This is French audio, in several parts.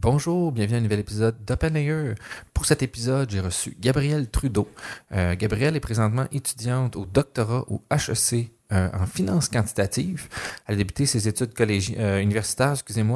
Bonjour, bienvenue à un nouvel épisode d'Open Layer. Pour cet épisode, j'ai reçu Gabrielle Trudeau. Gabrielle est présentement étudiante au doctorat au HEC en finance quantitative. Elle a débuté ses études universitaires,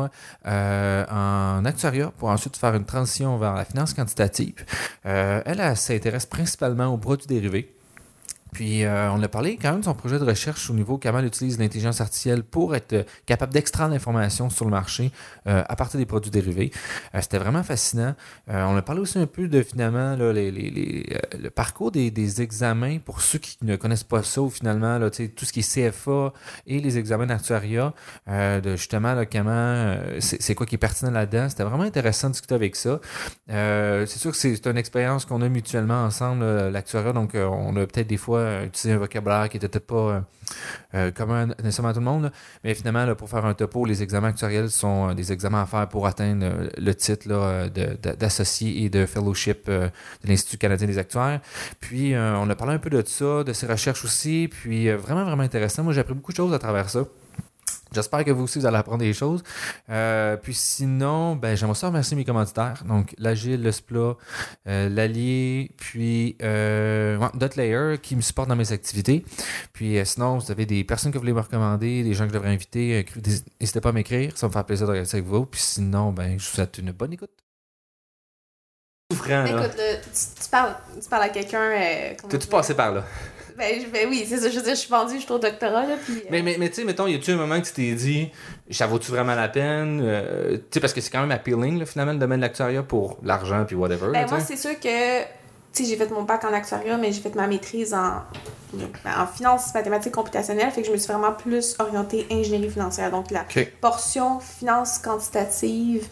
en actuariat pour ensuite faire une transition vers la finance quantitative. Elle s'intéresse principalement aux produits dérivés. Puis, on a parlé quand même de son projet de recherche au niveau comment elle utilise l'intelligence artificielle pour être capable d'extraire l'information sur le marché à partir des produits dérivés. C'était vraiment fascinant. On a parlé aussi un peu de, finalement, là, le parcours des examens pour ceux qui ne connaissent pas ça, ou finalement, là, tout ce qui est CFA et les examens d'actuariat, de justement, là, comment, c'est quoi qui est pertinent là-dedans. C'était vraiment intéressant de discuter avec ça. C'est sûr que c'est une expérience qu'on a mutuellement ensemble, l'actuariat, donc on a peut-être des fois utiliser un vocabulaire qui n'était peut-être pas commun nécessairement à tout le monde. Là. Mais finalement, là, pour faire un topo, les examens actuariels sont des examens à faire pour atteindre le titre là, d'associé et de fellowship de l'Institut canadien des actuaires. Puis, on a parlé un peu de ça, de ses recherches aussi. Puis, vraiment, vraiment intéressant. Moi, j'ai appris beaucoup de choses à travers ça. J'espère que vous aussi, vous allez apprendre des choses. Puis sinon, j'aimerais ça remercier mes commanditaires. Donc, l'Agile, le SPLA, l'Allier, puis Dotlayer qui me supportent dans mes activités. Puis sinon, vous avez des personnes que vous voulez me recommander, des gens que je devrais inviter, n'hésitez pas à m'écrire. Ça va me faire plaisir de regarder ça avec vous. Puis sinon, je vous souhaite une bonne écoute. Souffrant, là. Écoute, là, tu parles à quelqu'un... T'es-tu passé par là? Oui, c'est ça. Je veux dire, je suis vendue, je suis au doctorat, là, puis... Mais tu sais, mettons, y a-tu un moment que tu t'es dit, ça vaut-tu vraiment la peine? Tu sais, parce que c'est quand même appealing, là, finalement, le domaine de l'actuariat pour l'argent, puis whatever. Moi, c'est sûr que, tu sais, j'ai fait mon bac en actuariat, mais j'ai fait ma maîtrise en finance, mathématiques computationnelles, fait que je me suis vraiment plus orientée ingénierie financière. Donc, la portion finance quantitative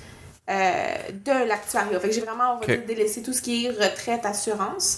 de l'actuariat. Fait que j'ai vraiment, on va dire, délaissé tout ce qui est retraite, assurance.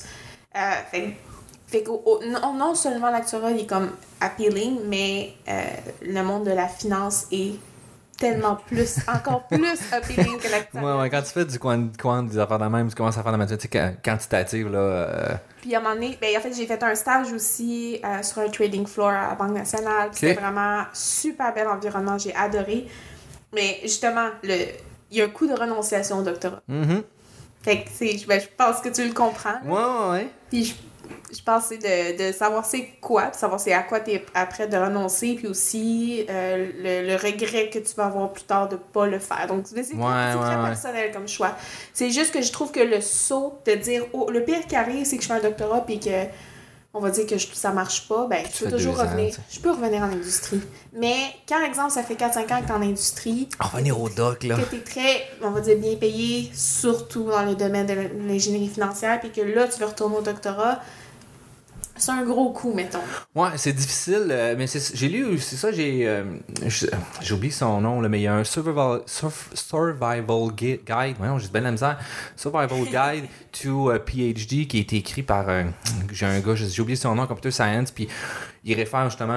Fait que non seulement l'actuariat il est comme appealing, mais le monde de la finance est tellement encore plus appealing que l'actuariat. Ouais, quand tu fais du quant des affaires de même, tu commences à faire de la mathématique quantitative, là... Puis à un moment donné, en fait, j'ai fait un stage aussi sur un trading floor à la Banque nationale. C'était vraiment super bel environnement, j'ai adoré. Mais justement, il y a un coup de renonciation au doctorat. Mm-hmm. Fait que je pense que tu le comprends. Ouais. Puis je pense que c'est de savoir c'est quoi, de savoir c'est à quoi tu es prêt de renoncer, puis aussi le regret que tu vas avoir plus tard de pas le faire. Donc, c'est très personnel comme choix. C'est juste que je trouve que le saut de dire, le pire qui arrive, c'est que je fais un doctorat, puis que on va dire que ça marche pas, je peux toujours revenir. Je peux revenir en industrie. Mais quand, exemple, ça fait 4-5 ans que tu es en industrie... Revenir au doc, là. Que tu es très, on va dire, bien payé, surtout dans le domaine de l'ingénierie financière, puis que là, tu veux retourner au doctorat... C'est un gros coup, mettons. Ouais, c'est difficile, mais j'ai lu, c'est ça, j'ai oublié son nom, là, mais il y a un Survival Guide, ouais, j'ai bien la misère, Survival Guide to PhD qui a été écrit par, j'ai un gars, j'ai oublié son nom, Computer Science, puis il réfère justement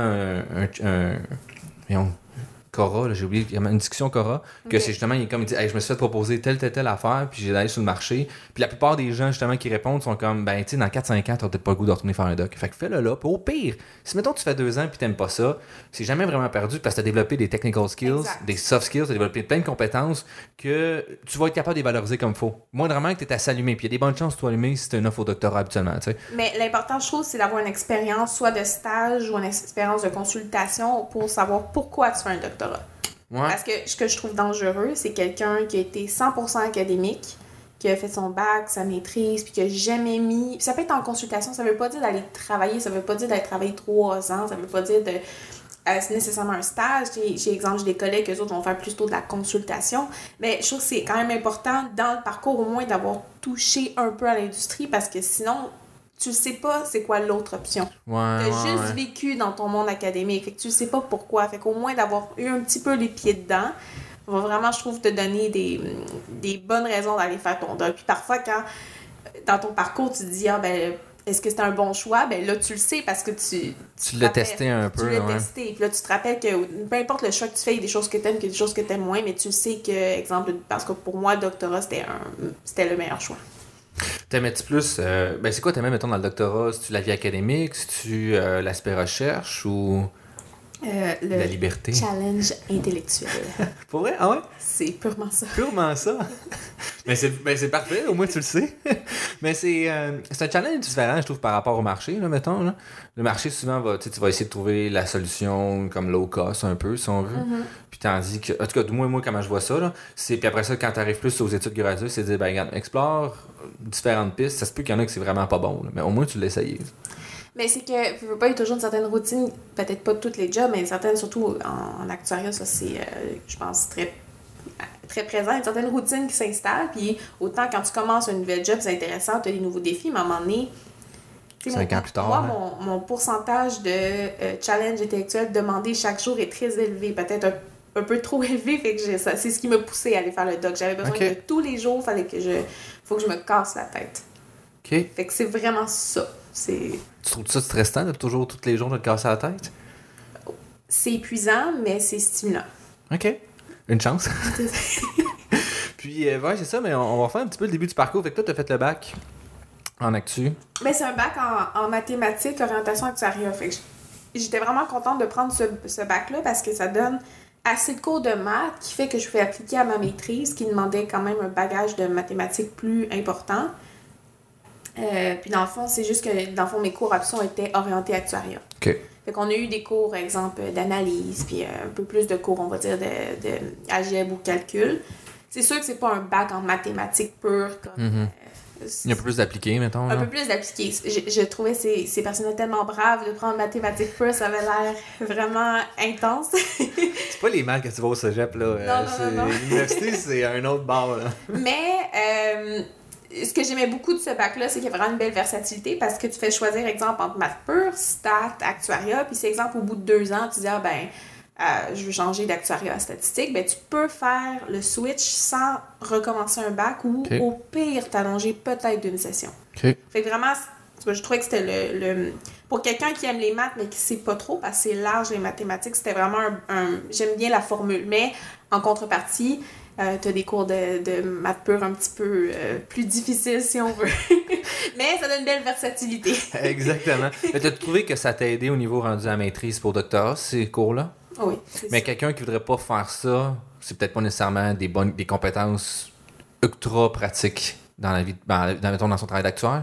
à Cora, là, j'ai oublié, il y a une discussion Cora, que c'est justement, il dit, je me suis fait proposer telle affaire, puis j'ai allé sur le marché. Puis la plupart des gens, justement, qui répondent sont comme, tu sais, dans 4-5 ans, t'as peut-être pas le goût de retourner faire un doc. Fait que fais-le là. Puis au pire, si mettons tu fais 2 ans puis t'aimes pas ça, c'est jamais vraiment perdu parce que t'as développé des technical skills, des soft skills, t'as développé plein de compétences que tu vas être capable de les valoriser comme il faut. Moindrement que t'es à s'allumer. Puis il y a des bonnes chances de t'allumer si t'as une offre au doctorat habituellement, tu sais. Mais l'important, je trouve, c'est d'avoir une expérience, soit de stage ou une expérience de consultation pour savoir pourquoi tu fais un doctorat. Ouais. Parce que ce que je trouve dangereux, c'est quelqu'un qui a été 100% académique, qui a fait son bac, sa maîtrise, puis qui a jamais mis... Ça peut être en consultation, ça veut pas dire d'aller travailler, ça veut pas dire d'aller travailler 3 ans, ça veut pas dire de... c'est nécessairement un stage. J'ai des collègues, eux autres vont faire plutôt de la consultation. Mais je trouve que c'est quand même important, dans le parcours, au moins, d'avoir touché un peu à l'industrie, parce que sinon... Tu sais pas c'est quoi l'autre option. T'as juste vécu dans ton monde académique. Fait que tu sais pas pourquoi. Fait qu'au moins d'avoir eu un petit peu les pieds dedans va vraiment, je trouve, te donner des bonnes raisons d'aller faire ton doc. Puis parfois, quand dans ton parcours, tu te dis, est-ce que c'est un bon choix? Là, tu le sais parce que tu l'as testé un peu. Tu l'as testé. Puis là, tu te rappelles que peu importe le choix que tu fais, il y a des choses que tu aimes, qu'il y a des choses que tu aimes moins, mais tu sais que, exemple, parce que pour moi, le doctorat, c'était le meilleur choix. T'aimais-tu plus... c'est quoi t'aimais, mettons, dans le doctorat? C'est-tu la vie académique? C'est-tu l'aspect recherche ou... La liberté. Challenge intellectuel. Pour vrai? Ah ouais? C'est purement ça. Purement ça. Mais c'est parfait, au moins tu le sais. Mais c'est un challenge différent, je trouve, par rapport au marché, là, mettons. Là. Le marché, souvent, tu vas essayer de trouver la solution comme low cost, un peu, si on veut. Mm-hmm. Puis tandis que, en tout cas, du moins, moi, comment je vois ça, là, c'est, puis après ça, quand tu arrives plus aux études graduées, c'est de dire, ben, regarde, explore différentes pistes. Ça se peut qu'il y en a que c'est vraiment pas bon, là, mais au moins, tu l'essayes. Mais c'est que, il y a toujours une certaine routine, peut-être pas toutes les jobs, mais certaines, surtout en actuariat, ça c'est, je pense, très présent, une certaine routine qui s'installe, puis autant quand tu commences un nouvel job, c'est intéressant, tu as des nouveaux défis, mais à un moment donné, 5 ans plus tard. Moi, mon pourcentage de challenge intellectuel demandé chaque jour est très élevé, peut-être un peu trop élevé, fait que c'est ce qui m'a poussé à aller faire le doc. J'avais besoin de tous les jours, faut que je me casse la tête. OK. Fait que c'est vraiment ça. Tu trouves ça stressant de toujours, tous les jours, de te casser la tête? C'est épuisant, mais c'est stimulant. OK. Une chance. Puis, ouais, c'est ça, mais on va refaire un petit peu le début du parcours. Fait que toi, tu as fait le bac en actu. Ben, c'est un bac en mathématiques, orientation actuariat. Fait que j'étais vraiment contente de prendre ce bac-là parce que ça donne assez de cours de maths qui fait que je pouvais appliquer à ma maîtrise qui demandait quand même un bagage de mathématiques plus important. Puis dans le fond, c'est juste que dans le fond, mes cours options étaient orientés actuariat. OK. Fait qu'on a eu des cours, exemple, d'analyse, puis un peu plus de cours, on va dire, de algèbre ou calcul. C'est sûr que c'est pas un bac en mathématiques pures. Comme, il y a un peu plus d'appliqué, mettons. Un peu plus d'appliqué. Je trouvais ces personnes tellement braves de prendre mathématiques pures, ça avait l'air vraiment intense. C'est pas les maths que tu vas au cégep, là. Non. L'université, c'est un autre bar, là. Mais... ce que j'aimais beaucoup de ce bac-là, c'est qu'il y a vraiment une belle versatilité parce que tu fais choisir, exemple, entre maths pure, stats, actuariat, puis si, exemple, au bout de 2 ans, tu dis, je veux changer d'actuariat à statistique, ben tu peux faire le switch sans recommencer un bac ou, au pire, t'allonger peut-être d'une session. Okay. Fait que vraiment, je trouvais que c'était le... Pour quelqu'un qui aime les maths, mais qui sait pas trop, parce que c'est large, les mathématiques, c'était vraiment j'aime bien la formule, mais en contrepartie... t'as des cours de maths pure un petit peu plus difficiles, si on veut. Mais ça donne une belle versatilité. Exactement. Mais t'as trouvé que ça t'a aidé au niveau rendu à la maîtrise pour doctorat, ces cours-là? Oui. Mais quelqu'un qui voudrait pas faire ça, c'est peut-être pas nécessairement des compétences ultra pratiques dans la vie, dans son travail d'actuaire?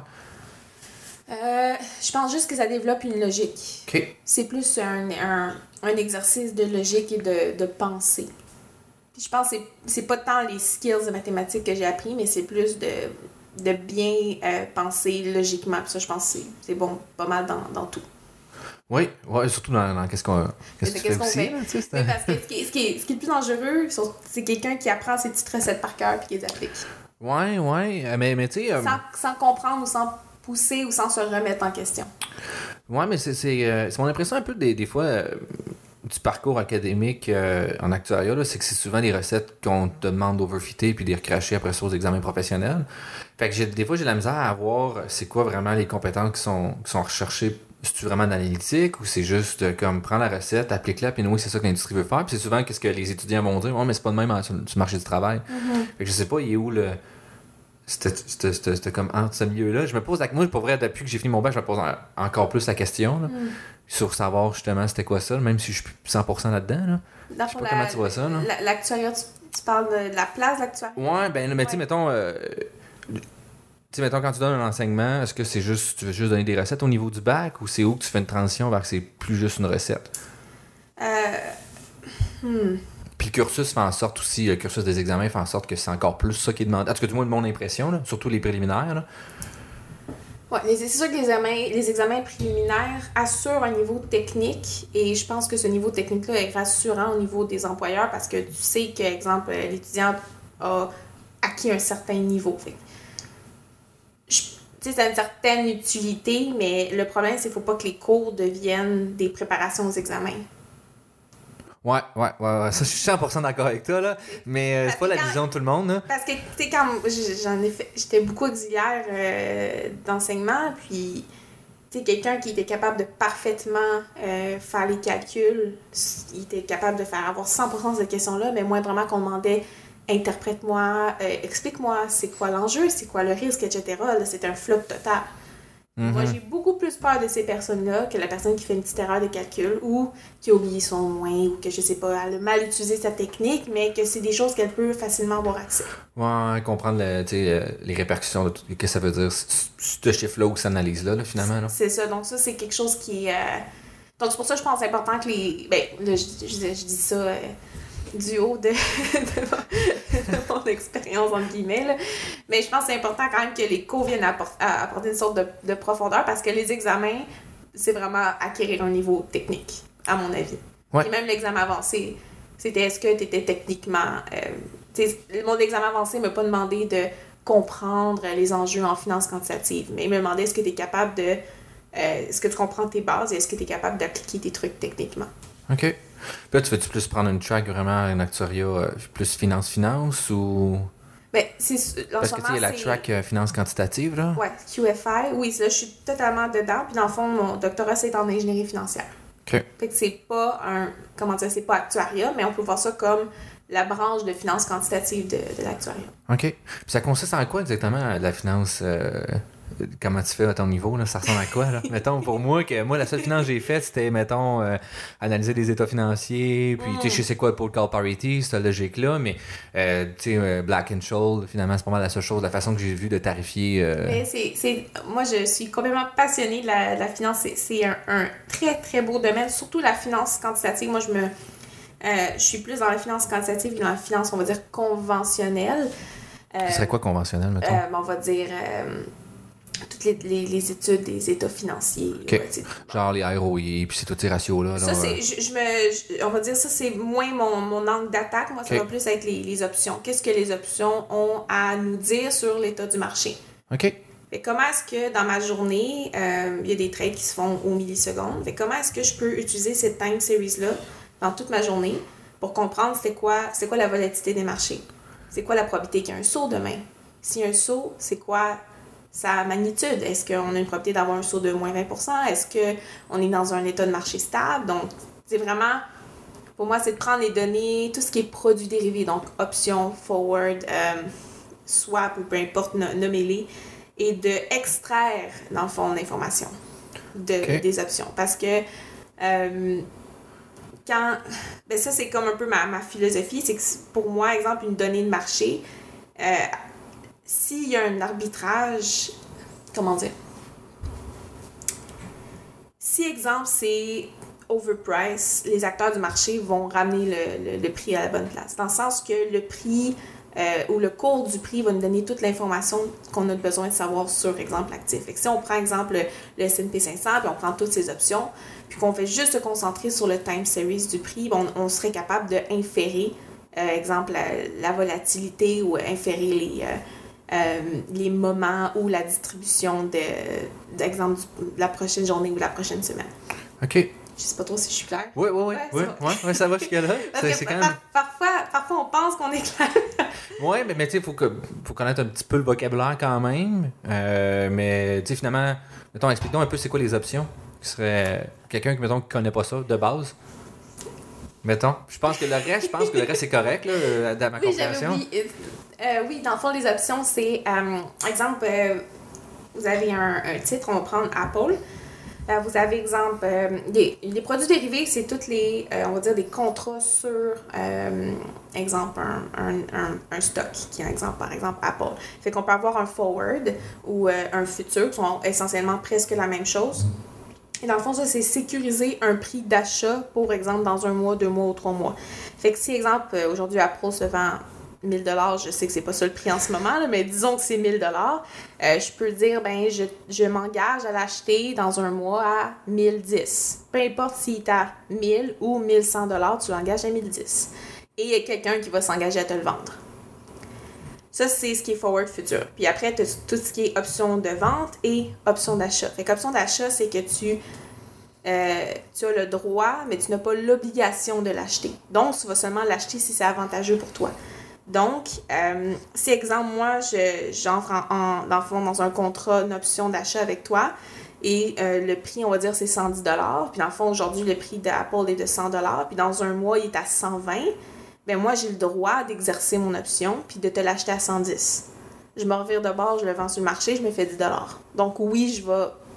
Je pense juste que ça développe une logique. OK. C'est plus un exercice de logique et de pensée. Je pense que c'est pas tant les skills de mathématiques que j'ai appris, mais c'est plus de bien penser logiquement. Puis ça, je pense que c'est bon pas mal dans tout. Oui, surtout dans qu'est-ce qu'on fait. Oui, parce que ce qui est le plus dangereux, c'est quelqu'un qui apprend ses petites recettes par cœur puis qui les applique. Oui, mais tu sais... Sans comprendre ou sans pousser ou sans se remettre en question. Oui, mais c'est mon impression un peu des fois... du parcours académique en actuariat, c'est que c'est souvent des recettes qu'on te demande d'overfitter puis de les recracher après ça aux examens professionnels. Fait que des fois, j'ai la misère à voir c'est quoi vraiment les compétences qui sont recherchées. C'est-tu vraiment d'analytique ou c'est juste comme prends la recette, applique-la, puis nous, c'est ça que l'industrie veut faire. Puis c'est souvent qu'est-ce que les étudiants vont dire, mais c'est pas de même sur le marché du travail. Fait que je sais pas, il est où le... C'était comme entre ce milieu-là. Je me pose moi, pour vrai, depuis que j'ai fini mon bac, je me pose encore plus la question. Là. Sur savoir justement c'était quoi ça, même si je suis 100% là-dedans. Là. Je sais pas comment tu vois ça. L'actuariat, tu parles de la place d'actuariat? Ouais, ben, mais tu sais, mettons, quand tu donnes un enseignement, est-ce que c'est juste, tu veux juste donner des recettes au niveau du bac ou c'est où que tu fais une transition vers que c'est plus juste une recette? Puis le cursus fait en sorte aussi, le cursus des examens fait en sorte que c'est encore plus ça qui est demandé. En tout cas, du moins de mon impression, là, surtout les préliminaires. Là. Oui, c'est sûr que les examens préliminaires assurent un niveau technique et je pense que ce niveau technique-là est rassurant au niveau des employeurs parce que tu sais que, exemple, l'étudiant a acquis un certain niveau. Tu sais, ça a une certaine utilité, mais le problème, c'est qu'il ne faut pas que les cours deviennent des préparations aux examens. Ouais. Ça, je suis 100% d'accord avec toi, là. Mais c'est pas la vision de tout le monde, là. Parce que, tu sais, quand j'étais beaucoup auxiliaire d'enseignement, puis, tu sais, quelqu'un qui était capable de parfaitement faire les calculs, il était capable de avoir 100% de ces questions-là, mais moindrement qu'on demandait interprète-moi, explique-moi, c'est quoi l'enjeu, c'est quoi le risque, etc. Là, c'était un flop total. Moi, j'ai beaucoup plus peur de ces personnes-là que la personne qui fait une petite erreur de calcul ou qui a oublié son moins ou que, je sais pas, elle a mal utilisé sa technique, mais que c'est des choses qu'elle peut facilement avoir accès. Ouais, comprendre les répercussions de tout, ce que ça veut dire, ce chiffre-là ou cette analyse-là, finalement. Là. C'est ça. Donc ça, c'est quelque chose qui... Donc c'est pour ça que je pense que c'est important que les... Ben, là, je dis ça... du haut de mon expérience, entre guillemets. Là. Mais je pense que c'est important quand même que les cours viennent apporter une sorte de profondeur parce que les examens, c'est vraiment acquérir un niveau technique, à mon avis. Ouais. Et même l'examen avancé, c'était est-ce que tu étais techniquement... mon examen avancé ne m'a pas demandé de comprendre les enjeux en finance quantitative, mais il me demandait est-ce que tu es capable de... est-ce que tu comprends tes bases et est-ce que tu es capable d'appliquer tes trucs techniquement? OK. Puis là, tu veux-tu plus prendre une track vraiment en actuariat plus finance ou... Ben, parce que tu sais, il y a la track finance quantitative, là. Ouais, QFI. Oui, là, je suis totalement dedans. Puis dans le fond, mon doctorat, c'est en ingénierie financière. OK. Fait que c'est pas c'est pas actuariat, mais on peut voir ça comme la branche de finance quantitative de l'actuariat. OK. Puis ça consiste en quoi exactement, la finance... comment tu fais à ton niveau, là? Ça ressemble à quoi, là? Mettons, pour moi, la seule finance que j'ai faite, c'était, mettons, analyser les états financiers, puis, tu sais, je sais quoi, pour le call parity, cette logique-là, mais, tu sais, Black and Scholes, finalement, c'est pas mal la seule chose, la façon que j'ai vu de tarifier... Mais moi, je suis complètement passionnée de la finance. C'est un très, très beau domaine, surtout la finance quantitative. Moi, je suis plus dans la finance quantitative que dans la finance, on va dire, conventionnelle. Ce serait quoi conventionnel, mettons? On va dire... toutes les études des états financiers. Okay. Genre les ROI, puis c'est tous ces ratios-là. Ça, on va dire ça, c'est moins mon angle d'attaque. Moi, ça va plus être les options. Qu'est-ce que les options ont à nous dire sur l'état du marché? OK. Fait comment est-ce que dans ma journée, il y a des trades qui se font aux millisecondes? Fait comment est-ce que je peux utiliser cette time series-là dans toute ma journée pour comprendre c'est quoi la volatilité des marchés? C'est quoi la probabilité qu'il y ait un saut demain? S'il y a un saut, c'est quoi sa magnitude? Est-ce qu'on a une probabilité d'avoir un saut de moins 20%? Est-ce qu'on est dans un état de marché stable? Donc, c'est vraiment, pour moi, c'est de prendre les données, tout ce qui est produits dérivés, donc options, forward, swap ou peu importe, nommez-les, et de extraire, dans le fond, l'information des options. Parce que ça, c'est comme un peu ma philosophie, c'est que pour moi, exemple, une donnée de marché, s'il y a un arbitrage, comment dire? Si, exemple, c'est overprice, les acteurs du marché vont ramener le prix à la bonne place. Dans le sens que le prix ou le cours du prix va nous donner toute l'information qu'on a besoin de savoir sur, exemple, l'actif. Fait que si on prend, exemple, le S&P 500, puis on prend toutes ces options, puis qu'on fait juste se concentrer sur le time series du prix, on serait capable d'inférer, exemple, la volatilité ou inférer les moments ou la distribution d'exemple de la prochaine journée ou la prochaine semaine. OK. Je sais pas trop si je suis claire. Oui, ça va jusque-là. C'est quand même... Parfois, on pense qu'on est clair. Oui, mais tu sais, faut connaître un petit peu le vocabulaire quand même. Mais tu sais, finalement, mettons, explique-nous un peu c'est quoi les options. Qui serait quelqu'un qui connaît pas ça de base. Mettons. Je pense que le reste c'est correct, là, dans ma compréhension. Oui, dans le fond, les options, c'est, exemple, vous avez un titre, on va prendre Apple. Vous avez, exemple, les produits dérivés, c'est tous les, on va dire, des contrats sur, exemple, un stock, qui est, par exemple, Apple. Fait qu'on peut avoir un forward ou un futur, qui sont essentiellement presque la même chose. Et dans le fond, ça, c'est sécuriser un prix d'achat, pour exemple, dans 1 mois, 2 mois ou 3 mois. Fait que si, exemple, aujourd'hui, Apple se vend 1 000 $, je sais que c'est pas ça le prix en ce moment, là, mais disons que c'est 1 000 $, je peux dire, je m'engage à l'acheter dans 1 mois à 1 010. Peu importe s'il est à 1 000 ou 1 100 $, tu l'engages à 1 010. Et il y a quelqu'un qui va s'engager à te le vendre. Ça, c'est ce qui est forward futur. Puis après, tu as tout ce qui est option de vente et option d'achat. Fait qu'option d'achat, c'est que tu as le droit, mais tu n'as pas l'obligation de l'acheter. Donc, tu vas seulement l'acheter si c'est avantageux pour toi. Donc, si, exemple, moi, j'entre dans le fond dans un contrat, une option d'achat avec toi, et le prix, on va dire, c'est 110 $. Puis dans le fond, aujourd'hui, le prix d'Apple est de 100 $. Puis dans 1 mois, il est à 120 $. Ben moi, j'ai le droit d'exercer mon option puis de te l'acheter à 110. Je me revire de bord, je le vends sur le marché, je me fais 10 $. Donc oui, je vais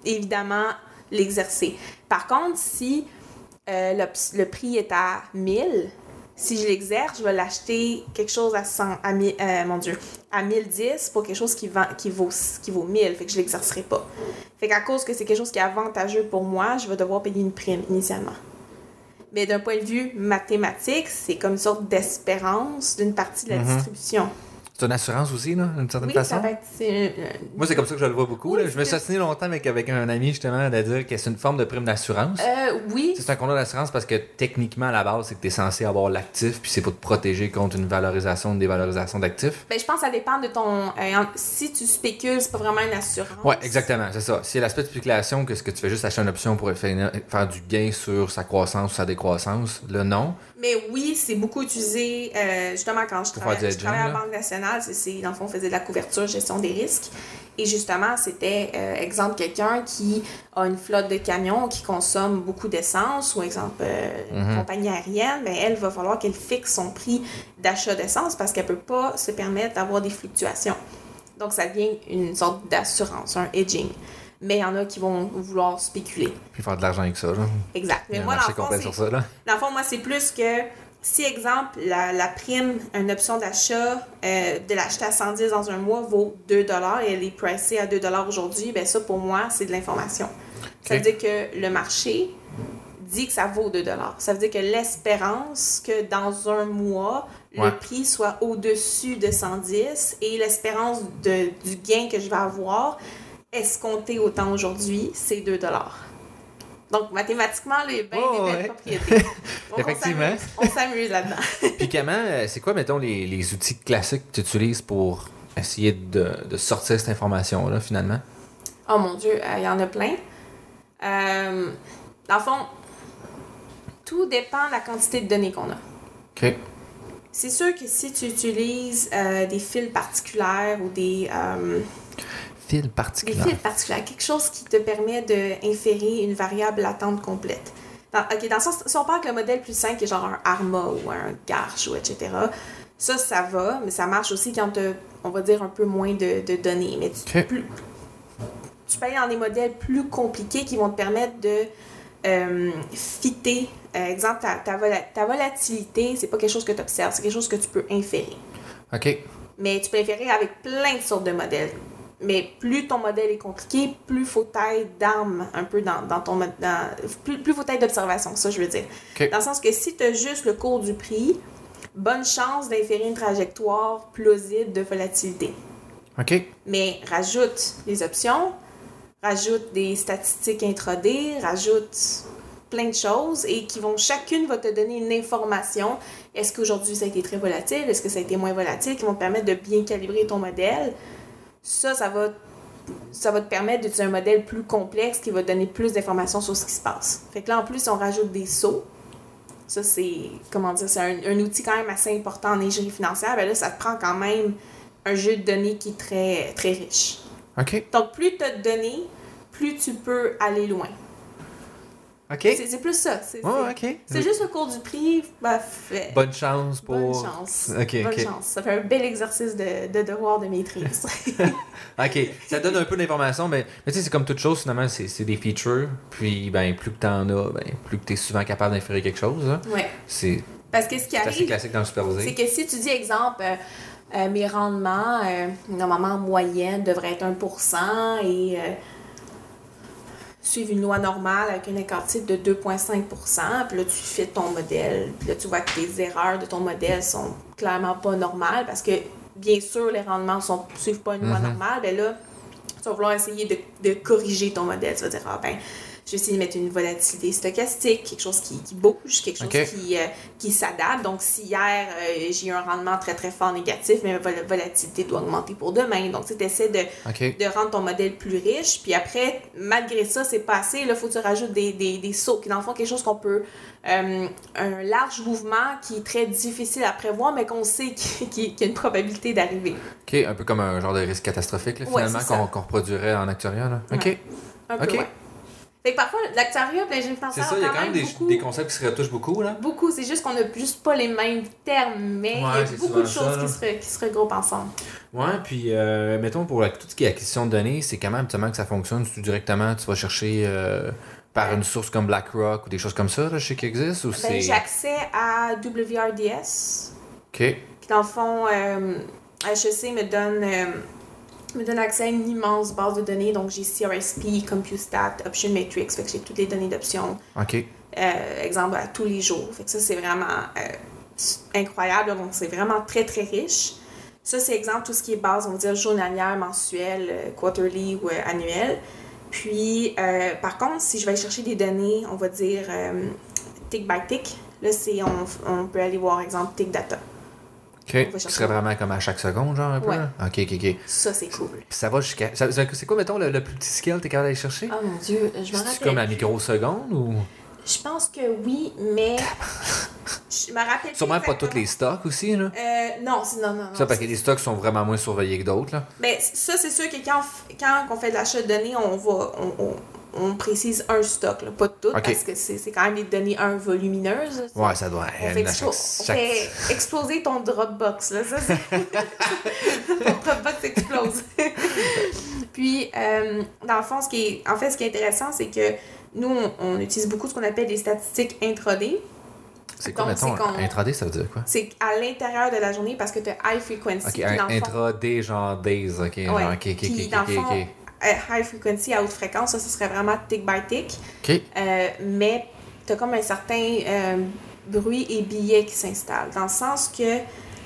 évidemment l'exercer. Par contre, si le prix est à 1000, si je l'exerce, je vais l'acheter quelque chose à 100, à 1010 pour quelque chose qui vaut 1000, fait que je l'exercerai pas. Fait qu'à cause que c'est quelque chose qui est avantageux pour moi, je vais devoir payer une prime initialement. Mais d'un point de vue mathématique, c'est comme une sorte d'espérance d'une partie de la distribution. C'est une assurance aussi, là, d'une certaine oui, façon? Ça peut être, moi, c'est comme ça que je le vois beaucoup. Oui, là. Je me suis assigné longtemps avec un ami, justement, de dire que c'est une forme de prime d'assurance. Oui. C'est un contrat d'assurance parce que, techniquement, à la base, c'est que tu es censé avoir l'actif, puis c'est pour te protéger contre une valorisation, une dévalorisation d'actifs. Ben, je pense que ça dépend de ton... si tu spécules, c'est pas vraiment une assurance. Oui, exactement, c'est ça. Si l'aspect de spéculation, que ce que tu fais juste acheter une option pour faire du gain sur sa croissance ou sa décroissance, là, non. Mais oui, c'est beaucoup utilisé, justement, quand je travaillais à la Banque nationale, dans le fond, on faisait de la couverture, gestion des risques. Et justement, c'était, exemple, quelqu'un qui a une flotte de camions qui consomme beaucoup d'essence, ou exemple, une compagnie aérienne, bien, elle va falloir qu'elle fixe son prix d'achat d'essence parce qu'elle ne peut pas se permettre d'avoir des fluctuations. Donc, ça devient une sorte d'assurance, un hedging. Mais il y en a qui vont vouloir spéculer. Puis faire de l'argent avec ça, là. Exact. Mais moi, dans le fond, moi, c'est plus que si, exemple, la prime, une option d'achat, de l'acheter à 110 dans un mois vaut 2 et elle est pricée à 2 aujourd'hui, bien ça, pour moi, c'est de l'information. Okay. Ça veut dire que le marché dit que ça vaut 2 Ça veut dire que l'espérance que dans un mois, le prix soit au-dessus de 110 et l'espérance du gain que je vais avoir escompté autant aujourd'hui, c'est 2 Donc, mathématiquement, il y a bien des belles propriétés. Donc, effectivement. On s'amuse là-dedans. Puis comment, c'est quoi, mettons, les outils classiques que tu utilises pour essayer de sortir cette information-là, finalement? Oh mon Dieu, il y en a plein. Dans le fond, tout dépend de la quantité de données qu'on a. OK. C'est sûr que si tu utilises des fils particuliers ou des fils particuliers, quelque chose qui te permet d'inférer une variable latente complète. Dans le sens, si on parle que le modèle plus simple, qui est genre un ARMA ou un GARCH, ou etc., ça va, mais ça marche aussi quand on va dire un peu moins de données. Mais tu peux aller dans des modèles plus compliqués qui vont te permettre de fitter. Exemple, ta volatilité, c'est pas quelque chose que tu observes, c'est quelque chose que tu peux inférer. OK. Mais tu peux inférer avec plein de sortes de modèles. Mais plus ton modèle est compliqué, plus il faut taille d'armes un peu dans ton plus faut taille d'observation, ça je veux dire. Okay. Dans le sens que si tu as juste le cours du prix, bonne chance d'inférer une trajectoire plausible de volatilité. OK. Mais rajoute les options, rajoute des statistiques intraday, rajoute plein de choses et chacune va te donner une information. Est-ce qu'aujourd'hui ça a été très volatile? Est-ce que ça a été moins volatile? Qui vont te permettre de bien calibrer ton modèle. Ça va te permettre d'utiliser un modèle plus complexe qui va te donner plus d'informations sur ce qui se passe. Fait que là, en plus, on rajoute des sauts. Ça, c'est un outil quand même assez important en ingénierie financière. Ben là, ça te prend quand même un jeu de données qui est très, très riche. OK. Donc, plus tu as de données, plus tu peux aller loin. OK. C'est plus ça. OK. C'est juste le cours du prix. Bonne chance pour... Bonne chance. OK. Bonne chance. Ça fait un bel exercice de devoir de maîtrise. OK. Ça donne un peu d'informations, mais tu sais, c'est comme toute chose, finalement, c'est des features. Puis, plus que t'en as, plus que t'es souvent capable d'inférer quelque chose. Hein. Oui. Parce que ce qui arrive... C'est assez classique dans le supervisé. C'est que si tu dis, exemple... mes rendements, normalement, en moyenne, devraient être 1% et suivre une loi normale avec un écart type de 2,5%. Puis là, tu fais ton modèle. Puis là, tu vois que tes erreurs de ton modèle sont clairement pas normales parce que, bien sûr, les rendements ne suivent pas une loi normale. Bien là, tu vas vouloir essayer de corriger ton modèle. Tu vas dire, je vais essayer de mettre une volatilité stochastique, quelque chose qui bouge, quelque chose qui s'adapte. Donc, si hier, j'ai eu un rendement très, très fort négatif, mais ma volatilité doit augmenter pour demain. Donc, tu essaies de rendre ton modèle plus riche. Puis après, malgré ça, c'est pas assez. Là, il faut que tu rajoutes des sauts, qui dans le fond, quelque chose qu'on peut... un large mouvement qui est très difficile à prévoir, mais qu'on sait qu'il y a une probabilité d'arriver. OK, un peu comme un genre de risque catastrophique, là, finalement, qu'on reproduirait en actuariat. Là. OK. Un peu, ouais. Fait que parfois, l'actuariat et l'ingénierie financière. C'est ça, il y a quand même des concepts qui se retouchent beaucoup, là. Beaucoup, c'est juste qu'on n'a juste pas les mêmes termes, mais il y a beaucoup de choses qui se regroupent ensemble. Ouais, puis mettons pour tout ce qui est acquisition de données, c'est comment habituellement que ça fonctionne? Tu directement, tu vas chercher par une source comme BlackRock ou des choses comme ça, là, je sais qu'il existe, ou c'est... J'ai accès à WRDS. OK. Puis dans le fond, HEC me donne accès à une immense base de données. Donc, j'ai CRSP, CompuStat, Option Matrix. Fait que j'ai toutes les données d'options. OK. Exemple, à tous les jours. Fait que ça, c'est vraiment incroyable. Donc, c'est vraiment très, très riche. Ça, c'est exemple tout ce qui est base, on va dire, journalière, mensuelle, quarterly ou annuelle. Puis, par contre, si je vais aller chercher des données, on va dire tick by tick, là, on peut aller voir, exemple, tick data. OK. Ce serait vraiment comme à chaque seconde, genre, un peu? Ouais. OK. Ça, c'est cool. Puis ça va jusqu'à... C'est quoi, mettons, le plus petit scale que t'es capable d'aller chercher? Oh mon Dieu, je m'en rappelle. C'est comme la microseconde ou... Je pense que oui, mais je me rappelle. Sûrement pas tous les stocks aussi, là? Non. Ça, parce que les stocks sont vraiment moins surveillés que d'autres, là. Ben, ça, c'est sûr que quand on fait de l'achat de données, on précise un stock, là, pas tout, parce que c'est quand même des données volumineuses. Ouais, ça doit être. On fait exploser ton Dropbox, là. Ça, ton Dropbox explose. Puis, dans le fond, ce qui est intéressant, c'est que nous, on utilise beaucoup ce qu'on appelle des statistiques intraday. C'est quoi, mettons, intraday, ça veut dire quoi? C'est à l'intérieur de la journée parce que tu as high frequency. OK, intraday, genre days, OK. Ouais. Genre, OK. High frequency à haute fréquence, ça serait vraiment tick by tick. OK. Mais tu as comme un certain bruit et biais qui s'installe. Dans le sens que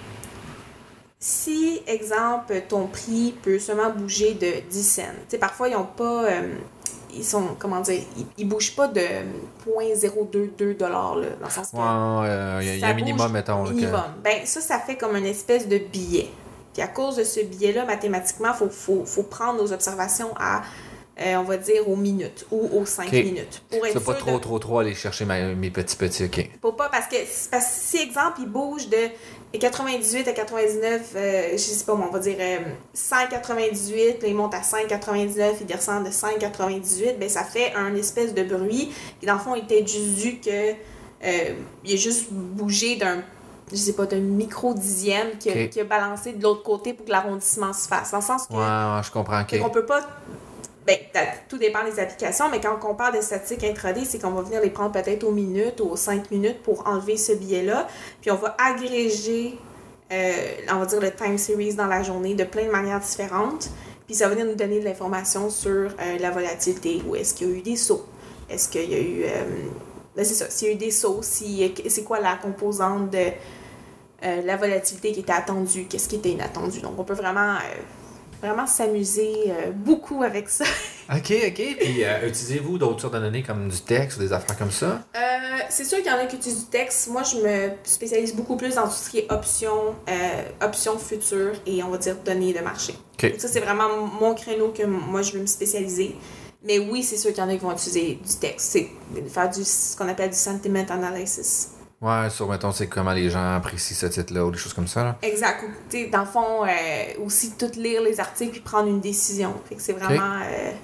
si, exemple, ton prix peut seulement bouger de 10 cents, tu sais, parfois, ils n'ont pas... ils sont, comment dire, ils bougent pas de 0.022 $, là, dans le sens que... il y a un minimum, mettons. Minimum. Ben, ça fait comme une espèce de biais. Puis à cause de ce biais-là, mathématiquement, faut prendre nos observations à, on va dire, aux minutes ou aux 5 minutes. Pour être pas trop aller chercher mes petits, OK. Parce que si, exemple, il bouge de 98 à 99, je sais pas, on va dire 198, puis il monte à 5,99, il descend de 5,98, ben ça fait un espèce de bruit. Et dans le fond, il était juste dû que il a juste bougé d'un micro-dixième qui a balancé de l'autre côté pour que l'arrondissement se fasse. Dans le sens que... Ouais, je comprends, OK. On peut pas... Ben, tout dépend des applications, mais quand on parle des statistiques intraday, c'est qu'on va venir les prendre peut-être aux minutes ou aux 5 minutes pour enlever ce biais-là. Puis on va agréger, on va dire, le time series dans la journée de plein de manières différentes. Puis ça va venir nous donner de l'information sur la volatilité. Ou est-ce qu'il y a eu des sauts? Est-ce qu'il y a eu... c'est ça, s'il y a eu des sauts, c'est quoi la composante de la volatilité qui était attendue, qu'est-ce qui était inattendu. Donc on peut vraiment s'amuser beaucoup avec ça. OK. Puis utilisez-vous d'autres sortes de données comme du texte ou des affaires comme ça? C'est sûr qu'il y en a qui utilisent du texte. Moi, je me spécialise beaucoup plus dans tout ce qui est options futures et, on va dire, données de marché. Okay. Donc ça, c'est vraiment mon créneau que moi, je veux me spécialiser. Mais oui, c'est sûr qu'il y en a qui vont utiliser du texte. C'est faire ce qu'on appelle du sentiment analysis. Ouais, mettons, c'est comment les gens apprécient ce titre-là ou des choses comme ça, là. Exact. Tu sais, dans le fond, aussi tout lire les articles puis prendre une décision. Fait que c'est vraiment...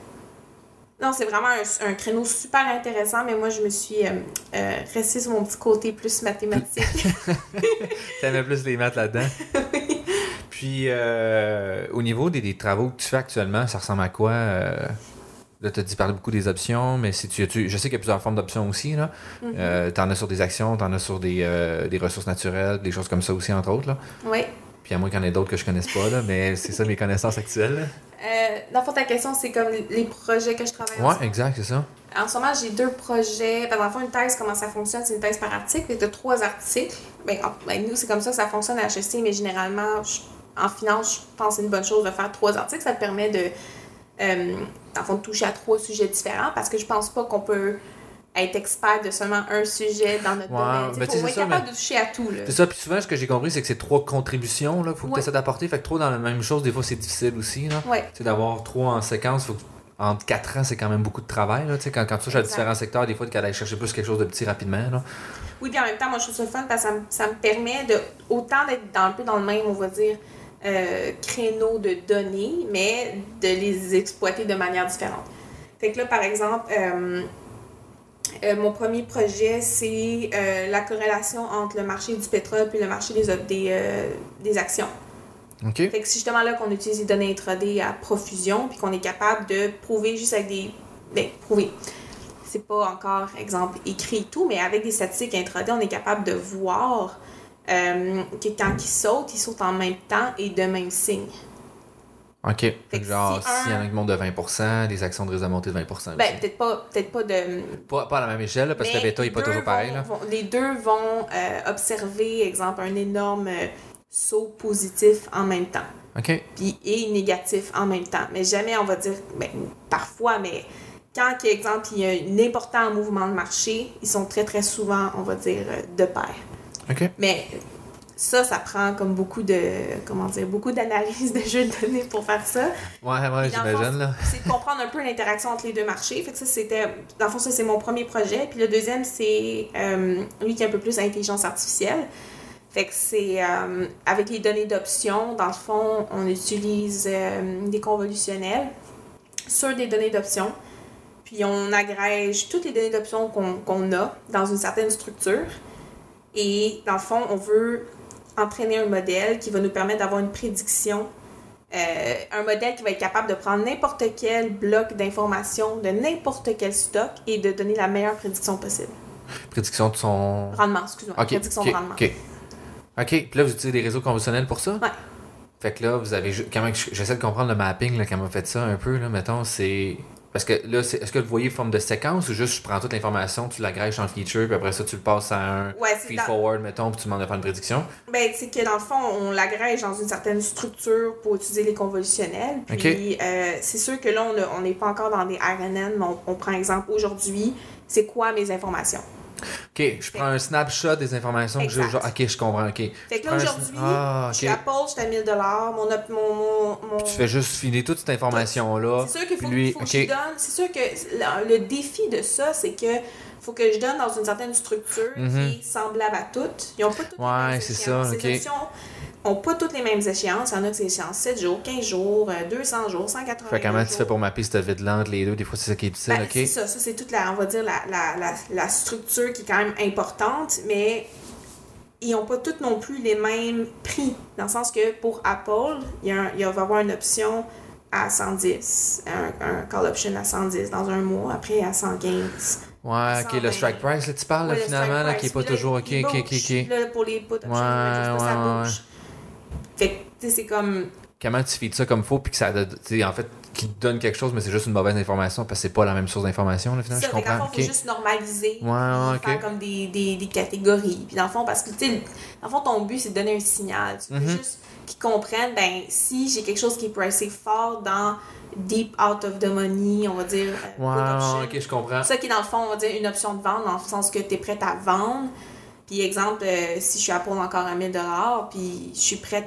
Non, c'est vraiment un créneau super intéressant, mais moi, je me suis restée sur mon petit côté plus mathématique. T'aimais plus les maths là-dedans? Oui. Puis, au niveau des travaux que tu fais actuellement, ça ressemble à quoi? Là, tu as dit parler beaucoup des options, mais je sais qu'il y a plusieurs formes d'options aussi, là. Mm-hmm. T'en as sur des actions, t'en as sur des ressources naturelles, des choses comme ça aussi, entre autres, là. Oui. Puis à moins qu'il y en ait d'autres que je connaisse pas, là, mais c'est ça mes connaissances actuelles. Dans le fond, ta question, c'est comme les projets que je travaille en ce moment. Exact, c'est ça. En ce moment, j'ai 2 projets. Dans le fond, une thèse, comment ça fonctionne? C'est une thèse par article. Tu as 3 articles. Nous, c'est comme ça que ça fonctionne à HEC, mais généralement, en finance, je pense que c'est une bonne chose de faire 3 articles. Ça te permet de toucher à 3 sujets différents parce que je pense pas qu'on peut être expert de seulement un sujet dans notre domaine. Il faut être capable de toucher à tout. Là. C'est ça, puis souvent, ce que j'ai compris, c'est que c'est 3 contributions qu'il faut que tu essaies d'apporter. Fait que trop dans la même chose, des fois, c'est difficile aussi. Là. Ouais. D'avoir 3 en séquence, entre 4 ans, c'est quand même beaucoup de travail. Là. Quand tu touches à différents secteurs, des fois, tu aller chercher plus quelque chose de petit rapidement. Là. Oui, puis en même temps, moi, je trouve ça le fun parce que ça me permet de autant d'être un peu dans le même, on va dire, créneau de données, mais de les exploiter de manière différente. Fait que là, par exemple, mon premier projet, c'est la corrélation entre le marché du pétrole et le marché des actions. OK. Fait que c'est justement là qu'on utilise les données intraday à profusion puis qu'on est capable de prouver juste avec des... Ben, prouver. C'est pas encore, exemple, écrit et tout, mais avec des statistiques intraday, on est capable de voir que quand ils sautent en même temps et de même signe. OK. Fait que genre, s'il y en a qui montent de 20%, les actions de risque de monter de 20%. Ben, peut-être pas de... Pas à la même échelle, là, parce que le bêta n'est pas toujours pareil. Là. Les deux vont observer, exemple, un énorme saut positif en même temps. OK. Puis, et négatif en même temps. Mais jamais, on va dire... Ben, parfois, mais quand, exemple, il y a un important mouvement de marché, ils sont très, très souvent, on va dire, de pair. OK. Mais... ça prend comme beaucoup d'analyse de jeux de données pour faire ça. Ouais, j'imagine, là. C'est de comprendre un peu l'interaction entre les deux marchés. Fait que ça, dans le fond, ça, c'est mon premier projet. Puis le deuxième, c'est lui qui est un peu plus intelligence artificielle. Fait que c'est avec les données d'options, dans le fond, on utilise des convolutionnels sur des données d'options. Puis on agrège toutes les données d'options qu'on a dans une certaine structure. Et dans le fond, on veut entraîner un modèle qui va nous permettre d'avoir une prédiction, un modèle qui va être capable de prendre n'importe quel bloc d'informations de n'importe quel stock et de donner la meilleure prédiction possible. Prédiction de son... rendement, excuse-moi. Okay, prédiction de rendement. OK. Puis là, vous utilisez des réseaux conventionnels pour ça? Ouais. Fait que là, vous avez... Quand même, j'essaie de comprendre le mapping, là, quand on fait ça un peu, là, mettons, c'est... Parce que là, est-ce que vous voyez forme de séquence ou juste je prends toute l'information, tu l'agrèges en feature, puis après ça, tu le passes à un feed-forward, mettons, puis tu demandes de faire une prédiction? Ben, c'est que dans le fond, on l'agrège dans une certaine structure pour utiliser les convolutionnels. Puis, c'est sûr que là, on n'est pas encore dans des RNN, mais on prend exemple aujourd'hui, c'est quoi mes informations? OK, je prends un snapshot des informations que j'ai aujourd'hui. OK, je comprends, OK. Fait que là, aujourd'hui, je suis à Apple, je suis à 1000 $. Tu fais juste filer toute cette information-là. C'est sûr qu'il faut que je donne. C'est sûr que le défi de ça, c'est que faut que je donne dans une certaine structure qui est semblable à toutes. Ils n'ont pas toutes les mêmes c'est échéances. ça, OK. Ces options n'ont pas toutes les mêmes échéances. Il y en a que c'est échéance 7 jours, 15 jours, 200 jours, 180 jours. Fait comment tu fais pour mapper cette vide-là entre les deux? Des fois, c'est ça qui est difficile, OK? C'est ça. Ça, c'est toute on va dire, la structure qui est quand même importante, mais ils n'ont pas toutes non plus les mêmes prix. Dans le sens que pour Apple, il va y avoir une option à 110, un call option à 110 dans un mois, après à 115. Ouais, OK, le strike price, là, tu parles, là, finalement, là, qui n'est pas toujours OK. Là, pour les put options, ça bouge. Fait que, tu sais, c'est comme... Comment tu feeds ça comme faut, puis que ça, en fait, qui te donne quelque chose, mais c'est juste une mauvaise information, parce que c'est pas la même source d'information, là, finalement, ça, je comprends. Dans le fond, il faut juste normaliser, faire comme des catégories. Puis dans le fond, parce que, tu sais, dans le fond, ton but, c'est de donner un signal. Tu veux juste qu'ils comprennent, ben, si j'ai quelque chose qui est pricé fort dans deep out of the money, on va dire, OK, je comprends. Ça qui est, dans le fond, on va dire, une option de vente, dans le sens que tu es prête à vendre. Puis, exemple, si je suis à Apple encore à 1000 $, puis je suis prête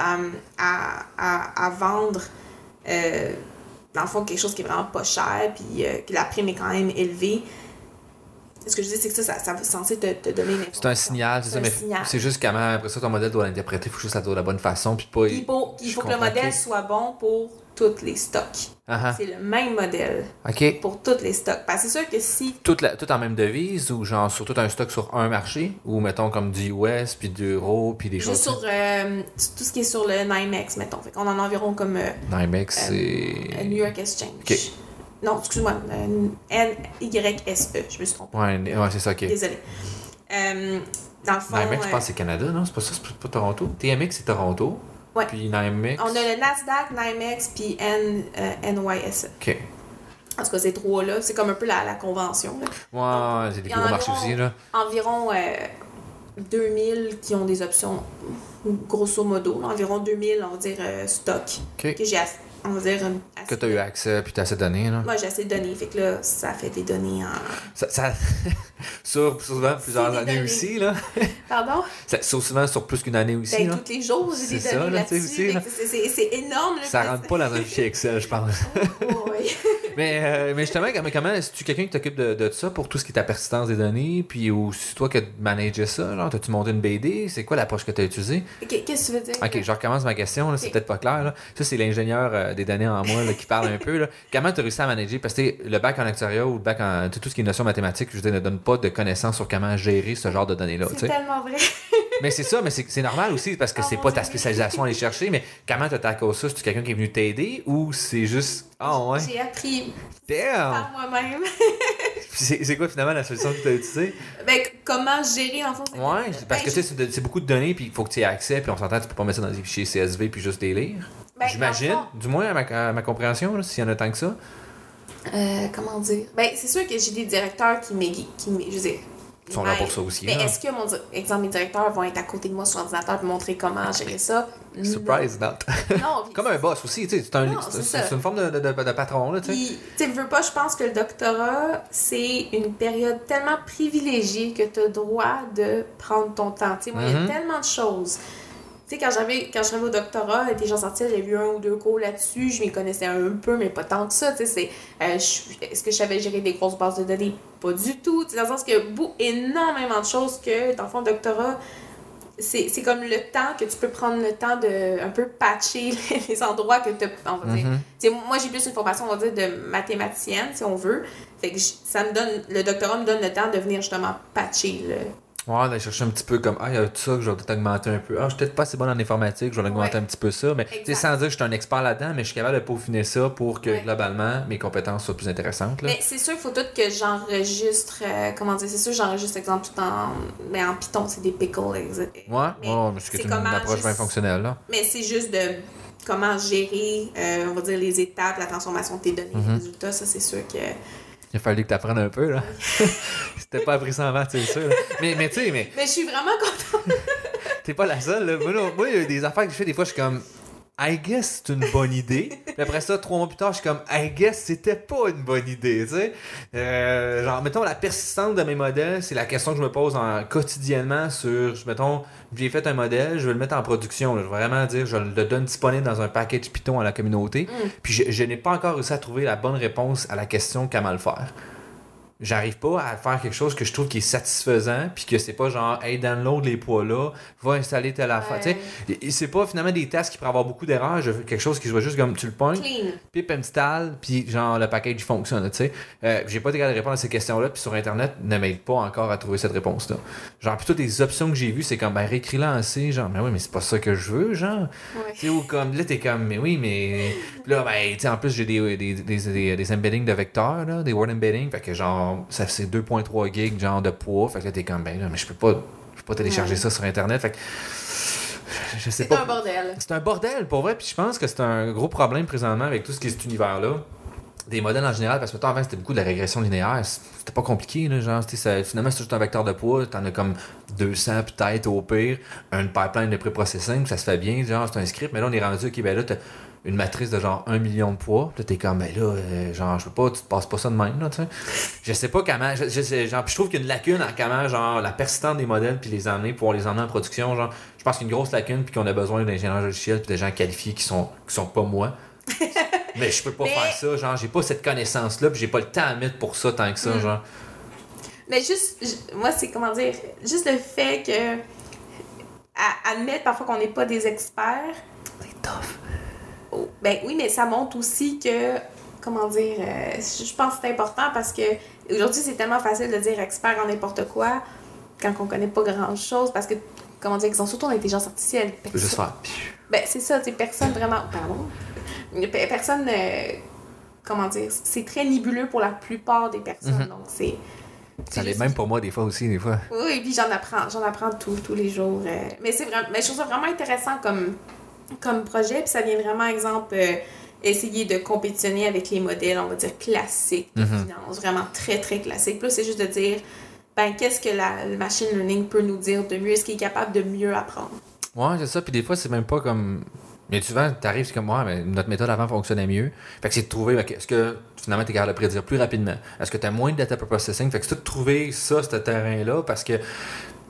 à vendre, dans le fond, quelque chose qui est vraiment pas cher, puis que la prime est quand même élevée. Ce que je dis, c'est que ça va censé te donner une information. C'est un signal, c'est ça, mais c'est juste comment, après ça, ton modèle doit l'interpréter, il faut juste que ça doit de la bonne façon, puis pas... Il faut que le modèle soit bon pour tous les stocks. C'est le même modèle pour tous les stocks. Parce que c'est sûr que si... Tout en même devise, ou genre sur tout un stock sur un marché, ou mettons comme du US, puis du euro, puis des choses... Juste sur tout ce qui est sur le NYMEX, mettons. Fait qu'on en a environ comme... NYMEX, c'est... New York Exchange. Non, excuse-moi, NYSE, je me suis trompée. Ouais, c'est ça, OK. Désolée. Dans le fond... NYMEX, je pense que c'est Canada, non? C'est pas ça, c'est pas Toronto? TMX, c'est Toronto. Ouais. Puis NYMEX. On a le Nasdaq, NYMEX, puis NYSE. OK. En tout cas, ces trois-là, c'est comme un peu la convention. Là. Ouais, c'est des gros marchés aussi, là. Environ 2000 qui ont des options, grosso modo. Là, environ 2000, on va dire, stocks. Okay. Que j'ai, on va dire... Que tu as eu accès, puis tu as assez de données, là. Moi, j'ai assez de données. Fait que là, ça fait des données en... Ça sur souvent plusieurs années aussi, là. Pardon? Ça souvent sur plus qu'une année aussi, là. Tous les jours, j'ai des données là-dessus. Aussi, là. C'est énorme. Là, ça rentre pas dans un fichier Excel, je pense. Oui. mais justement, comment est-ce que tu quelqu'un qui t'occupe de ça pour tout ce qui est ta persistance des données, puis ou c'est toi qui manages ça, genre, t'as-tu monté une BD? C'est quoi l'approche que tu as utilisée? Qu'est-ce que tu veux dire? OK, je recommence ma question, là, c'est peut-être pas clair, là. Ça, c'est l'ingénieur des données en moi là, qui parlent un peu. Là. Comment tu as réussi à manager? Parce que le bac en actuariat ou le bac en tout ce qui est notion mathématique, je veux dire, ne donne pas de connaissances sur comment gérer ce genre de données-là. C'est tellement vrai. Mais c'est ça, mais c'est normal aussi parce que c'est pas ta spécialisation à aller chercher. Mais comment tu attaques ça? C'est-tu quelqu'un qui est venu t'aider ou c'est juste. Ah ouais? J'ai appris Damn! par moi-même. C'est quoi finalement la solution que tu as utilisée? Ben, comment gérer en fait? Ouais, parce que c'est beaucoup de données, puis il faut que tu y aies accès, puis on s'entend, tu peux pas mettre ça dans des fichiers CSV puis juste les lire. Ben, j'imagine, du moins à ma compréhension, s'il y en a tant que ça. Comment dire? Ben, c'est sûr que j'ai des directeurs qui je veux dire, ils sont là pour ça aussi. Mais est-ce que, mes directeurs vont être à côté de moi sur l'ordinateur pour montrer comment gérer ça? Surprise, not. Non. Comme un boss aussi, tu sais, c'est une forme de patron, là, tu sais. Tu veux pas, je pense que le doctorat, c'est une période tellement privilégiée que tu as le droit de prendre ton temps. Tu sais, moi, il y a tellement de choses. Tu sais, quand j'arrivais au doctorat, l'intelligence artificielle, j'ai eu 1 ou 2 cours là-dessus, je m'y connaissais un peu, mais pas tant que ça, tu sais, est-ce que je savais gérer des grosses bases de données? Pas du tout, tu sais, dans le sens que énormément de choses que, dans le fond, le doctorat, c'est comme le temps que tu peux prendre le temps de un peu patcher les endroits que tu as, on va dire. Tu sais, moi, j'ai plus une formation, on va dire, de mathématicienne, si on veut, fait que le doctorat me donne le temps de venir justement patcher Ouais, d'aller chercher un petit peu comme, il y a tout ça que je vais peut-être augmenter un peu. Je suis peut-être pas assez bon en informatique, je vais augmenter un petit peu ça. Mais tu sais, sans dire que je suis un expert là-dedans, mais je suis capable de peaufiner ça pour que globalement, mes compétences soient plus intéressantes. Là. Mais c'est sûr qu'il faut tout que j'enregistre, c'est sûr que j'enregistre, exemple, tout mais en Python, c'est des pickles. Mais c'est une approche bien fonctionnelle, là. Mais c'est juste de comment gérer, on va dire, les étapes, la transformation de tes données, les résultats, ça, c'est sûr que... Il a fallu que tu apprennes un peu, là. C'était pas appris sans vent, c'est sûr. Mais tu sais, Mais je suis vraiment contente. T'es pas la seule, là. Moi, il y a des affaires que je fais, des fois, je suis comme... I guess c'est une bonne idée. Puis après ça, 3 mois plus tard, je suis comme I guess c'était pas une bonne idée, tu sais. Genre, mettons, la persistance de mes modèles, c'est la question que je me pose quotidiennement sur, mettons, j'ai fait un modèle, je vais le mettre en production. Là. Je vais vraiment dire, je le donne disponible dans un package Python à la communauté. Puis je n'ai pas encore réussi à trouver la bonne réponse à la question comment le faire. J'arrive pas à faire quelque chose que je trouve qui est satisfaisant, puis que c'est pas genre, hey, download les poids là, va installer telle affaire. Tu sais, c'est pas finalement des tasks qui pourraient avoir beaucoup d'erreurs. Je veux quelque chose qui soit juste comme tu le pognes, puis installe, puis genre le package fonctionne. Tu sais, j'ai pas été capable de répondre à ces questions-là, puis sur Internet ne m'aide pas encore à trouver cette réponse-là. Genre, plutôt des options que j'ai vues, c'est comme, réécris-la en C, genre, mais oui, mais c'est pas ça que je veux, genre. Tu sais, ou comme, là, t'es comme, mais oui, mais. Puis là, tu sais, en plus, j'ai des embeddings de vecteurs, là, des word embeddings, fait que genre, ça c'est 2.3 gigs genre de poids, fait que là t'es comme là, mais je peux pas télécharger ça sur Internet, fait que je sais pas. C'est un bordel. C'est un bordel pour vrai, puis je pense que c'est un gros problème présentement avec tout ce qui est cet univers-là. Des modèles en général, parce que avant c'était beaucoup de la régression linéaire, c'était pas compliqué, là, genre, finalement c'est juste un vecteur de poids, t'en as comme 200 peut-être au pire, une pipeline de pré-processing, ça se fait bien, genre c'est un script, mais là on est rendu, ok, ben là t'as une matrice de genre 1 million de poids, là t'es comme, ben là, genre je peux pas, tu te passes pas ça de même, là, tu sais. Je sais pas comment, je trouve qu'il y a une lacune à comment, genre, la persistance des modèles puis les emmener, pouvoir les emmener en production, genre, je pense qu'il y a une grosse lacune puis qu'on a besoin d'ingénieurs logiciels puis de gens qualifiés qui sont pas moi. Mais je peux pas faire ça, genre, j'ai pas cette connaissance-là, puis j'ai pas le temps à mettre pour ça tant que ça, genre. Mais juste, moi, c'est comment dire, juste le fait que, admettre parfois qu'on n'est pas des experts. C'est tough. Oh, ben oui, mais ça montre aussi que, comment dire, je pense que c'est important parce que aujourd'hui, c'est tellement facile de dire expert en n'importe quoi quand on connaît pas grand-chose parce que, comment dire, ils ont surtout l'intelligence artificielle. Juste faire. Ben, c'est ça, tu sais, personne vraiment. Pardon. Personne, comment dire, c'est très nébuleux pour la plupart des personnes, donc c'est... Ça l'est même pour moi des fois aussi, des fois. Oui, et puis j'en apprends tous les jours. Mais c'est vraiment, mais je trouve ça vraiment intéressant comme projet, puis ça vient vraiment, exemple, essayer de compétitionner avec les modèles, on va dire, classiques de finance, vraiment très, très classiques. Puis là, c'est juste de dire, qu'est-ce que le machine learning peut nous dire de mieux? Est-ce qu'il est capable de mieux apprendre? Ouais, c'est ça, puis des fois, c'est même pas comme... Mais souvent, t'arrives, c'est comme moi, mais notre méthode avant fonctionnait mieux. Fait que c'est de trouver, est-ce que finalement t'es capable de prédire plus rapidement? Est-ce que t'as moins de data processing? Fait que c'est de trouver ça, ce terrain-là, parce que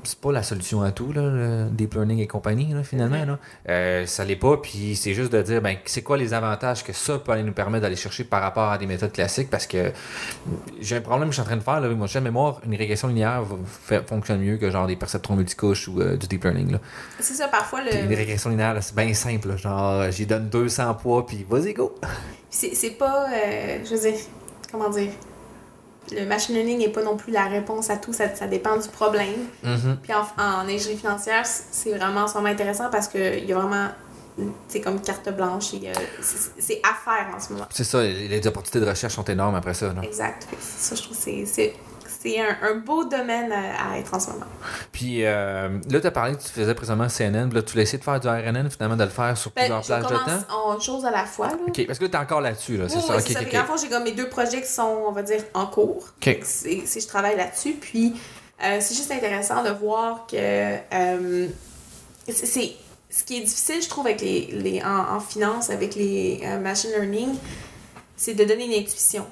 c'est pas la solution à tout, là, le deep learning et compagnie, là, finalement. Là. Ça l'est pas, puis c'est juste de dire, ben, c'est quoi les avantages que ça peut aller nous permettre d'aller chercher par rapport à des méthodes classiques, parce que j'ai un problème que je suis en train de faire, là, avec mon champ de mémoire, une régression linéaire fonctionne mieux que genre des perceptrons multicouches ou du deep learning, là. C'est ça, parfois, Une régression linéaire, là, c'est bien simple, là, genre, j'y donne 200 poids, puis vas-y, go! C'est pas, je veux dire, comment dire... Le machine learning n'est pas non plus la réponse à tout, ça dépend du problème. Puis en ingénierie financière, c'est vraiment intéressant parce qu'il y a vraiment, c'est comme carte blanche, c'est à faire en ce moment. C'est ça, les opportunités de recherche sont énormes après ça. Là. Exact. Ça, je trouve que c'est un beau domaine à être en ce moment. Puis là, tu as parlé que tu faisais présentement CNN, puis là, tu l'as essayé de faire du RNN, finalement, de le faire sur plusieurs plages de temps? Une chose à la fois. Là. OK, parce que là, tu es encore là-dessus, là, c'est ça? Oui, c'est ça. En fond, j'ai comme mes 2 projets qui sont, on va dire, en cours. OK. Je travaille là-dessus, puis c'est juste intéressant de voir que c'est... Ce qui est difficile, je trouve, avec en finance, avec les machine learning, c'est de donner une intuition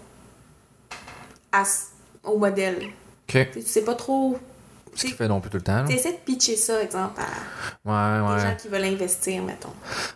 au modèle. OK. Tu sais pas trop... Ce qu'il fait non plus tout le temps. Tu essaies de pitcher ça, exemple, à des gens qui veulent investir, mettons.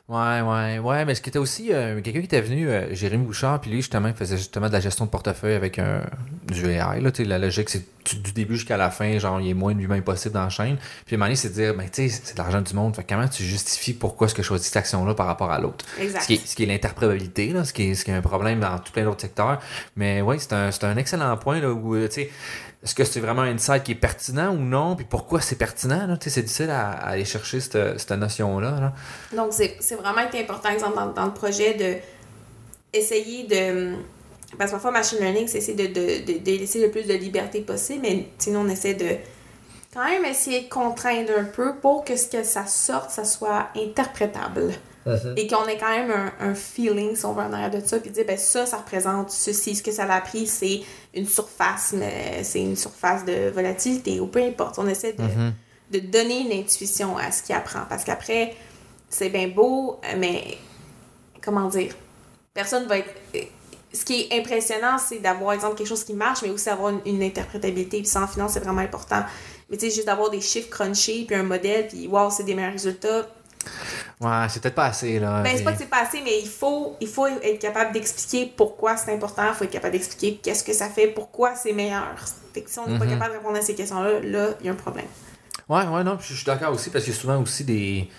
Ouais, mais ce qui était aussi... quelqu'un qui était venu, Jérémy Bouchard, puis lui, justement, il faisait justement de la gestion de portefeuille avec du AI. Là, la logique, c'est du début jusqu'à la fin, genre, il est moins de lui-même possible dans la chaîne. Puis à un moment donné, c'est de dire, ben, tu sais, c'est de l'argent du monde. Fait comment tu justifies pourquoi est-ce que je choisis cette action-là par rapport à l'autre? Exact. Ce qui est l'interprétabilité, là, ce qui est un problème dans tout plein d'autres secteurs. Mais oui, c'est un excellent point, là, où, tu sais, est-ce que c'est vraiment un insight qui est pertinent ou non? Puis pourquoi c'est pertinent? Là? C'est difficile à aller chercher cette notion-là. Là. Donc, c'est vraiment important, exemple, dans le projet, de essayer de... Parce que parfois, machine learning, c'est essayer de laisser le plus de liberté possible, mais sinon, on essaie de quand même essayer de contraindre un peu pour que ce que ça sorte, ça soit interprétable. Et qu'on ait quand même un feeling, si on veut en arrière de ça, puis dire, ben ça représente ceci. Ce que ça a pris, c'est une surface, mais c'est une surface de volatilité, ou peu importe. On essaie de donner une intuition à ce qu'il apprend. Parce qu'après, c'est bien beau, mais comment dire, personne va être... Ce qui est impressionnant, c'est d'avoir, exemple, quelque chose qui marche, mais aussi d'avoir une interprétabilité. Puis ça, en finance, c'est vraiment important. Mais tu sais, juste d'avoir des chiffres crunchés, puis un modèle, puis wow, c'est des meilleurs résultats. Ouais, c'est peut-être pas assez, là. Ben, c'est pas que c'est pas assez, mais il faut être capable d'expliquer pourquoi c'est important. Il faut être capable d'expliquer qu'est-ce que ça fait, pourquoi c'est meilleur. Fait que si on n'est pas capable de répondre à ces questions-là, là, il y a un problème. Ouais, non, puis je suis d'accord aussi, parce qu'il y a souvent aussi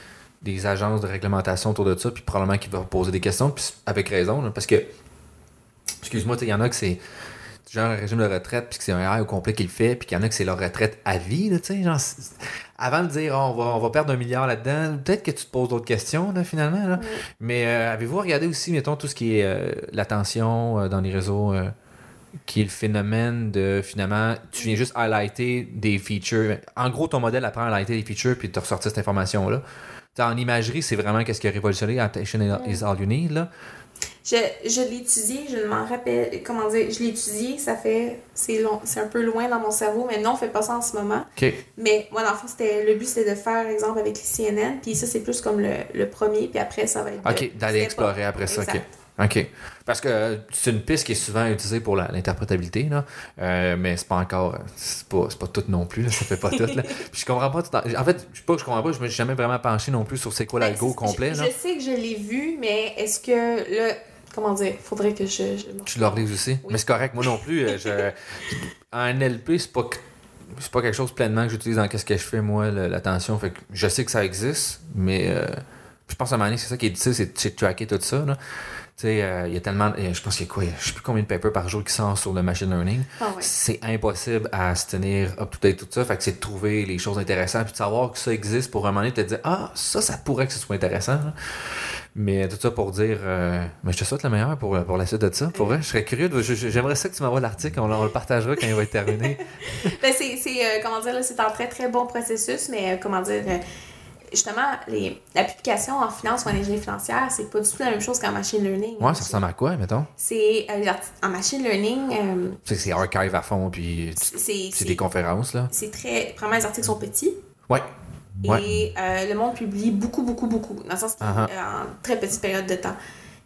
des agences de réglementation autour de ça, puis probablement qui vont poser des questions, puis avec raison, là, parce que, excuse-moi, il y en a que c'est genre un régime de retraite, puis que c'est un AI au complet qui le fait, puis qu'il y en a que c'est leur retraite à vie, tu sais, genre, avant de dire on va perdre 1 milliard là-dedans, peut-être que tu te poses d'autres questions, là, finalement, là. Mais avez-vous regardé aussi, mettons, tout ce qui est l'attention dans les réseaux, qui est le phénomène de, finalement, tu viens juste highlighter des features. En gros, ton modèle apprend à highlighter des features, puis te ressortir cette information-là. En imagerie, c'est vraiment qu'est-ce qui a révolutionné Attention is all you need, là. Je l'ai étudié, je m'en rappelle, comment dire, je l'ai étudié, c'est long, c'est un peu loin dans mon cerveau, mais non, on fait pas ça en ce moment. Okay. Mais moi, dans le fond, le but, c'était de faire, exemple, avec les CNN, puis ça, c'est plus comme le premier, puis après, ça va être... OK, d'aller explorer après ça, OK. Parce que c'est une piste qui est souvent utilisée pour l'interprétabilité, là, mais c'est pas encore... C'est pas tout non plus, là, ça fait pas tout. Là. Puis je comprends pas... En fait, je comprends pas, je me suis jamais vraiment penché non plus sur c'est quoi l'algo complet. Je sais que je l'ai vu, mais est-ce que... Là, comment dire? Faudrait que Tu le relises aussi? Oui. Mais c'est correct, moi non plus. En NLP, c'est pas quelque chose pleinement que j'utilise dans ce que je fais, moi, l'attention. Fait que je sais que ça existe, mais je pense à un moment donné, c'est ça qui est difficile, c'est de tracker tout ça, là. Tu sais, il y a tellement... Je pense qu'il y a quoi? Je sais plus combien de papers par jour qui sortent sur le machine learning. Ah ouais. C'est impossible à se tenir up-to-date tout ça. Fait que c'est de trouver les choses intéressantes puis de savoir que ça existe pour un moment donné te dire « Ah, ça pourrait que ce soit intéressant. » Mais tout ça pour dire... mais je te souhaite le meilleur pour la suite de ça. Pour vrai, je serais curieux. J'aimerais ça que tu m'envoies l'article. On le partagera quand il va être terminé. Ben comment dire, là, c'est un très, très bon processus, mais comment dire... Justement, la publication en finance ou en ingénierie financière, c'est pas du tout la même chose qu'en machine learning. Ouais, ça ressemble à quoi, mettons? C'est en machine learning... c'est archive à fond, puis c'est des conférences, là. C'est très... Premièrement, les articles sont petits. Ouais. Et le monde publie beaucoup, beaucoup, beaucoup. Dans le sens en très petite période de temps.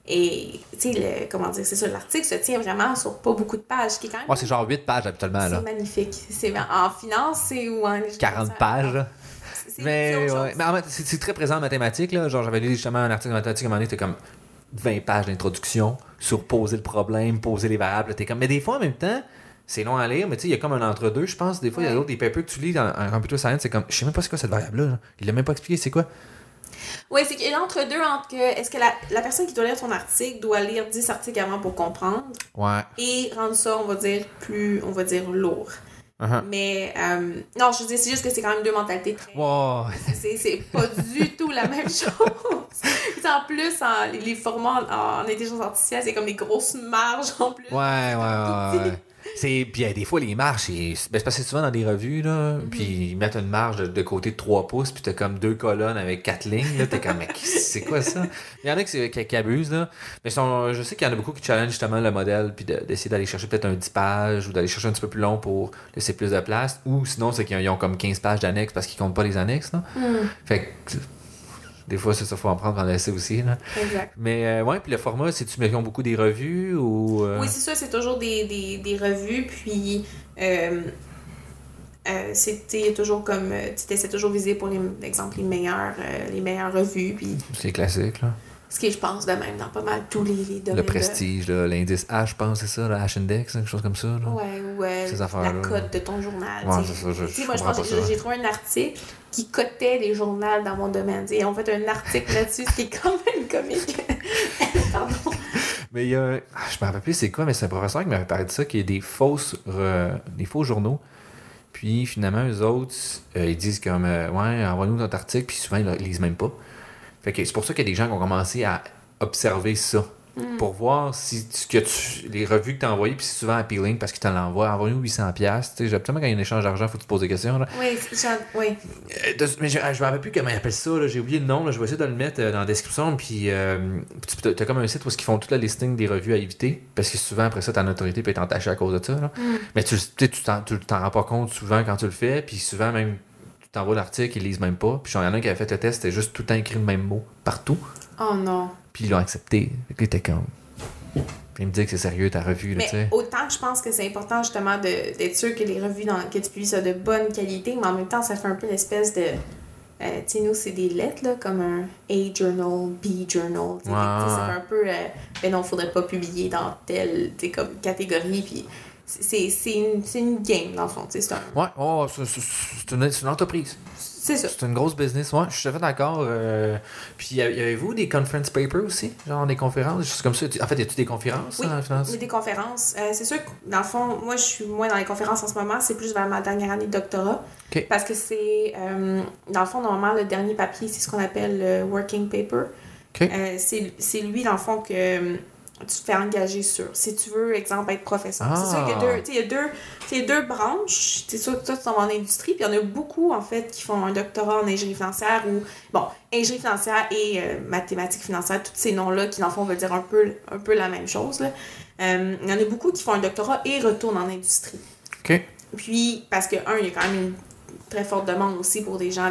Et, tu sais, comment dire, c'est ça, l'article se tient vraiment sur pas beaucoup de pages, qui est quand même... Ouais, c'est genre 8 pages habituellement, là. C'est magnifique. En finance, ou en... 40 pages, là. Mais ouais. c'est très présent en mathématiques, là. Genre, j'avais lu justement un article de mathématiques à un moment donné, c'était comme 20 pages d'introduction sur poser le problème, poser les variables. T'es comme... Mais des fois, en même temps, c'est long à lire, mais tu sais, il y a comme un entre-deux, je pense. Des fois, il y a d'autres des papers que tu lis en computer science, c'est comme, je sais même pas c'est quoi cette variable-là. Là. Il l'a même pas expliqué, c'est quoi? Oui, c'est qu'il y a l'entre-deux entre que est-ce que la personne qui doit lire ton article doit lire 10 articles avant pour comprendre. Ouais. Et rendre ça, on va dire, lourd. Uh-huh. Mais, non, je veux dire, c'est juste que c'est quand même deux mentalités très... Wow. C'est pas du tout la même chose. En plus, les formats en intelligence artificielle, c'est comme des grosses marges en plus. Ouais. Puis des fois, les marges, c'est parce que c'est souvent dans des revues, là, puis ils mettent une marge de côté de 3 pouces, puis t'as comme 2 colonnes avec 4 lignes, là, t'es comme, mais c'est quoi ça? Il y en a qui abusent, là, mais je sais qu'il y en a beaucoup qui challenge justement le modèle, puis d'essayer d'aller chercher peut-être un 10 pages, ou d'aller chercher un petit peu plus long pour laisser plus de place, ou sinon, c'est qu'ils ont comme 15 pages d'annexes parce qu'ils comptent pas les annexes, là. Fait que... Des fois, c'est ça, faut en prendre en laisser aussi. Là. Exact. Mais ouais, puis le format, c'est-tu mettons beaucoup des revues ou... Oui, c'est ça, c'est toujours des revues, puis c'était toujours comme... tu essaies toujours viser pour, exemple, les meilleures revues, puis... C'est classique, là. Ce qui est, je pense, de même dans pas mal tous les domaines. Le prestige, là, l'indice H, je pense, c'est ça, le H-index, quelque chose comme ça. Là. Ouais, ces affaires-là. La cote de ton journal. Ouais, c'est ça, moi, je pense que j'ai trouvé un article qui cotait les journaux dans mon domaine. Ils ont fait un article là-dessus, ce qui est quand même comique. Pardon. Mais il y a... Je me rappelle plus c'est quoi, mais c'est un professeur qui m'avait parlé de ça, qu'il y a des faux journaux. Puis finalement, eux autres, ils disent comme, ouais, envoie-nous notre article, puis souvent, ils ne lisent même pas. Fait que c'est pour ça qu'il y a des gens qui ont commencé à observer ça. Pour voir si les revues que tu as envoyées, puis c'est souvent appealing parce qu'ils te l'envoient, envoie-nous 800$. Absolument, quand il y a un échange d'argent, il faut que tu te poses des questions. Là. Oui. Mais je me rappelle plus comment ils appellent ça. Là. J'ai oublié le nom. Là. Je vais essayer de le mettre dans la description. Puis tu as comme un site où ils font toute la listing des revues à éviter. Parce que souvent, après ça, ta notoriété peut être entachée à cause de ça. Là. Mais tu t'en rends pas compte souvent quand tu le fais. Puis souvent, même, tu t'envoies l'article, ils lisent même pas. Puis il y en a un qui avait fait le test, c'était juste tout le temps écrit le même mot partout. Oh non. Puis ils l'ont accepté. Puis ils étaient comme... Puis il me dit que c'est sérieux ta revue. Mais là, autant que je pense que c'est important justement d'être sûr que les revues que tu publies sont de bonne qualité, mais en même temps, ça fait un peu l'espèce de... tu sais, nous, c'est des lettres, là, comme un A-journal, B-journal. Ça fait un peu... mais non, faudrait pas publier dans telle comme catégorie. Puis c'est une game, dans le fond. C'est c'est une entreprise. C'est ça. C'est une grosse business, ouais, je suis tout à fait d'accord. Puis, y avez-vous des conference papers aussi? Genre des conférences, des choses comme ça? En fait, y a-tu des conférences oui, en finance? Oui, des conférences. C'est sûr que, dans le fond, moi, je suis moins dans les conférences en ce moment. C'est plus vers ma dernière année de doctorat. Okay. Parce que c'est... dans le fond, normalement, le dernier papier, c'est ce qu'on appelle le working paper. Okay. C'est lui, dans le fond, que... tu te fais engager sur. Si tu veux, exemple, être professeur. C'est sûr qu'il y a deux branches. C'est sûr que toi, tu t'en vas en industrie. Puis il y en a beaucoup, en fait, qui font un doctorat en ingénierie financière ou, ingénierie financière et mathématiques financières, tous ces noms-là qui, dans le fond, veulent dire un peu la même chose. Là. Il y en a beaucoup qui font un doctorat et retournent en industrie. OK. Puis, parce que, il y a quand même une très forte demande aussi pour des gens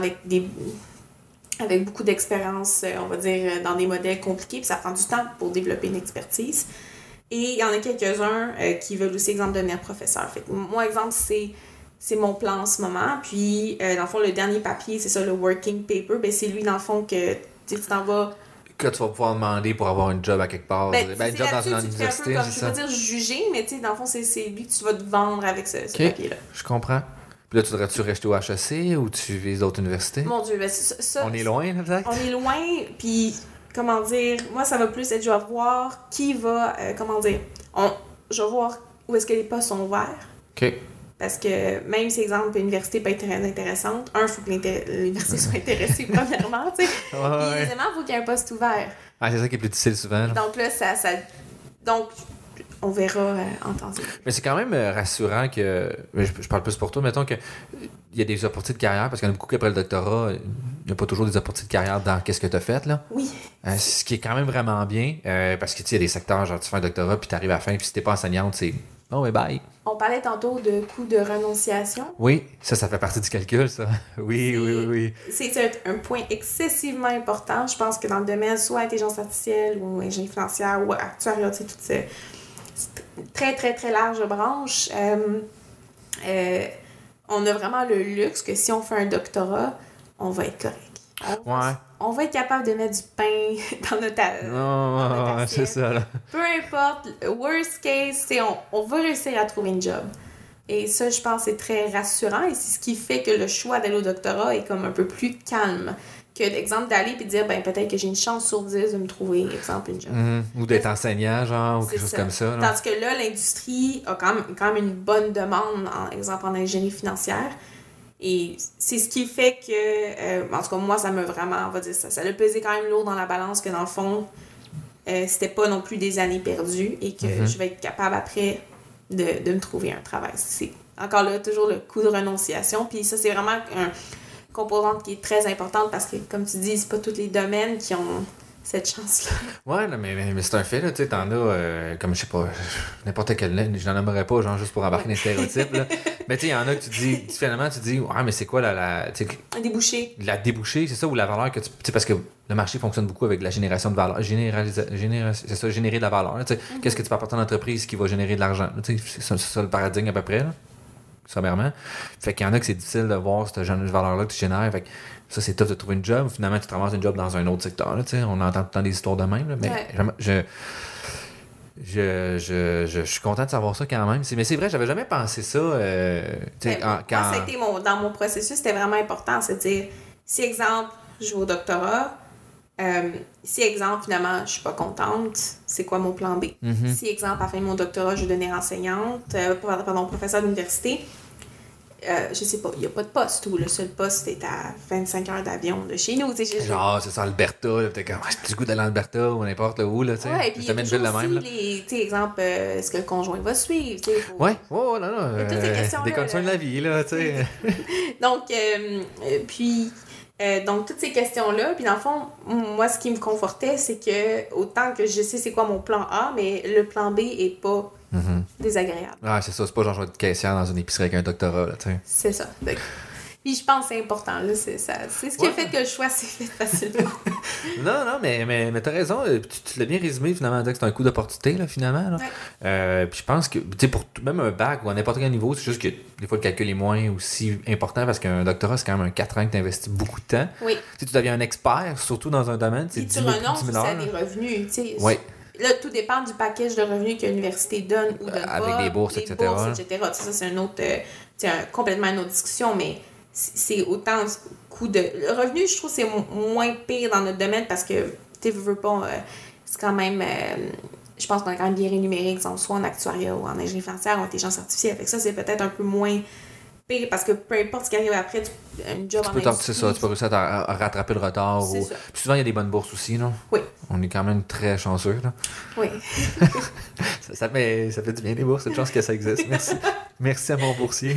avec beaucoup d'expérience, on va dire, dans des modèles compliqués, puis ça prend du temps pour développer une expertise. Et il y en a quelques-uns qui veulent aussi, exemple, devenir professeur. Fait que moi, exemple, c'est mon plan en ce moment. Puis, dans le fond, le dernier papier, c'est ça, le working paper. Ben, c'est lui, dans le fond, que tu t'en vas... Que tu vas pouvoir demander pour avoir un job à quelque part. Ben job dans une université, c'est ça. Je veux pas dire juger, mais tu sais, dans le fond, c'est lui que tu vas te vendre avec ce papier-là. Je comprends. Puis là, tu devrais-tu rester au HEC ou tu vises d'autres universités? Mon Dieu, ben ça... On est loin, là, peut-être? On est loin, puis... Comment dire, moi, ça va plus être, je vais voir qui va, je vais voir où est-ce que les postes sont ouverts. OK. Parce que même si, exemple, l'université peut être très intéressante, il faut que l'université soit intéressée, premièrement, tu sais. Puis, deuxièmement, il faut qu'il y ait un poste ouvert. Ah, c'est ça qui est plus difficile souvent. Là. Donc là, donc, on verra en temps. Mais c'est quand même rassurant que... Je parle plus pour toi, mettons que il y a des opportunités de carrière, parce qu'il y en a beaucoup qui, après le doctorat, il n'y a pas toujours des opportunités de carrière dans qu'est-ce que tu as fait, là. Oui. Ce qui est quand même vraiment bien, parce que, tu sais, il y a des secteurs, genre, tu fais un doctorat, puis tu arrives à la fin, puis si t'es pas enseignante, c'est... Oh, mais bye. On parlait tantôt de coût de renonciation. Oui, ça fait partie du calcul, ça. Oui. C'est un point excessivement important. Je pense que dans le domaine soit intelligence artificielle ou ingénierie financière ou actuariat, tu sais, toute cette très, très, très large branche, on a vraiment le luxe que si on fait un doctorat, on va être correct. On va être capable de mettre du pain dans notre assiette. C'est ça, là. Peu importe, worst case, on va réussir à trouver une job. Et ça, je pense, c'est très rassurant. Et c'est ce qui fait que le choix d'aller au doctorat est comme un peu plus calme que, d'exemple, d'aller et de dire, peut-être que j'ai une chance sur 10 de me trouver, exemple, une job. Ou d'être enseignant, genre, ou quelque chose comme ça. Là. Tandis que là, l'industrie a quand même une bonne demande, exemple, en ingénierie financière. Et c'est ce qui fait que, en tout cas, moi, ça m'a vraiment, on va dire ça a pesé quand même lourd dans la balance que, dans le fond, c'était pas non plus des années perdues et que je vais être capable après de me trouver un travail. C'est encore là, toujours le coût de renonciation. Puis ça, c'est vraiment une composante qui est très importante parce que, comme tu dis, c'est pas tous les domaines qui ont cette chance-là. Ouais, là, mais c'est un fait, là, tu sais, t'en as, comme je sais pas, n'importe quel, je n'en nommerais pas, genre, juste pour embarquer des stéréotypes, là. Mais tu sais, il y en a que tu dis, finalement, ouais, mais c'est quoi la un débouché. La débouchée, c'est ça, ou la valeur que tu sais, parce que le marché fonctionne beaucoup avec la génération de valeur, c'est ça, générer de la valeur, tu sais. Qu'est-ce que tu peux apporter à l'entreprise qui va générer de l'argent, tu sais, c'est ça le paradigme à peu près, là, sommairement. Fait qu'il y en a que c'est difficile de voir cette valeur-là que tu génères, fait que ça, c'est tough de trouver une job. Finalement, tu te ramasses une job dans un autre secteur. Là, on entend tout le temps des histoires de même. Là, mais je suis content de savoir ça quand même. Mais c'est vrai, j'avais jamais pensé ça. Moi, ça a été dans mon processus, c'était vraiment important. C'est-à-dire, si, exemple, je vais au doctorat, si, exemple, finalement, je suis pas contente, c'est quoi mon plan B? Si, exemple, à la fin de mon doctorat, je veux devenir enseignante, professeur d'université, je sais pas, il n'y a pas de poste où le seul poste est à 25 heures d'avion de chez nous. Genre, c'est ça, Alberta, peut-être comme j'ai du goût d'aller en Alberta ou n'importe où, là, tu sais. Ouais, puis il y a toujours aussi même, exemple, est-ce que le conjoint va suivre, tu sais. Ouais, non, toutes ces questions-là, des conditions de la vie, là, tu sais. Donc, donc, toutes ces questions-là, puis dans le fond, moi, ce qui me confortait, c'est que autant que je sais c'est quoi mon plan A, mais le plan B est pas désagréable. Ah, c'est ça, c'est pas genre je vais être caissière dans une épicerie avec un doctorat, là, tu sais. C'est ça. Donc, puis je pense que c'est important, là, c'est ce qui a fait que le choix s'est fait facilement. non, mais t'as raison, tu l'as bien résumé, finalement, que c'est un coup d'opportunité, là, finalement, là. Ouais. Puis je pense que, tu sais, pour même un bac ou à n'importe quel niveau, c'est juste que des fois le calcul est moins aussi important parce qu'un doctorat, c'est quand même un 4 ans que t'investis beaucoup de temps. Oui. Tu deviens un expert, surtout dans un domaine, c'est 10 000 renonces aussi à des revenus, tu sais. Oui. Là, tout dépend du package de revenus que l'université donne ou donne pas. Avec des bourses, etc. Ça, c'est un autre, complètement une autre discussion, mais c'est autant coût de... Le revenu, je trouve, c'est moins pire dans notre domaine parce que, tu veux pas, c'est quand même... je pense qu'on est quand même bien rémunéré, exemple, soit en actuariat ou en ingénierie financière ou en intelligence artificielle. Fait que ça, c'est peut-être un peu moins pire parce que peu importe ce qui arrive après, une job en industrie... C'est ça, tu peux réussir à rattraper le retard. Puis souvent, il y a des bonnes bourses aussi, là. Oui. On est quand même très chanceux, là. Oui. ça fait du bien, les bourses. C'est une chance que ça existe. Merci. Merci à mon boursier.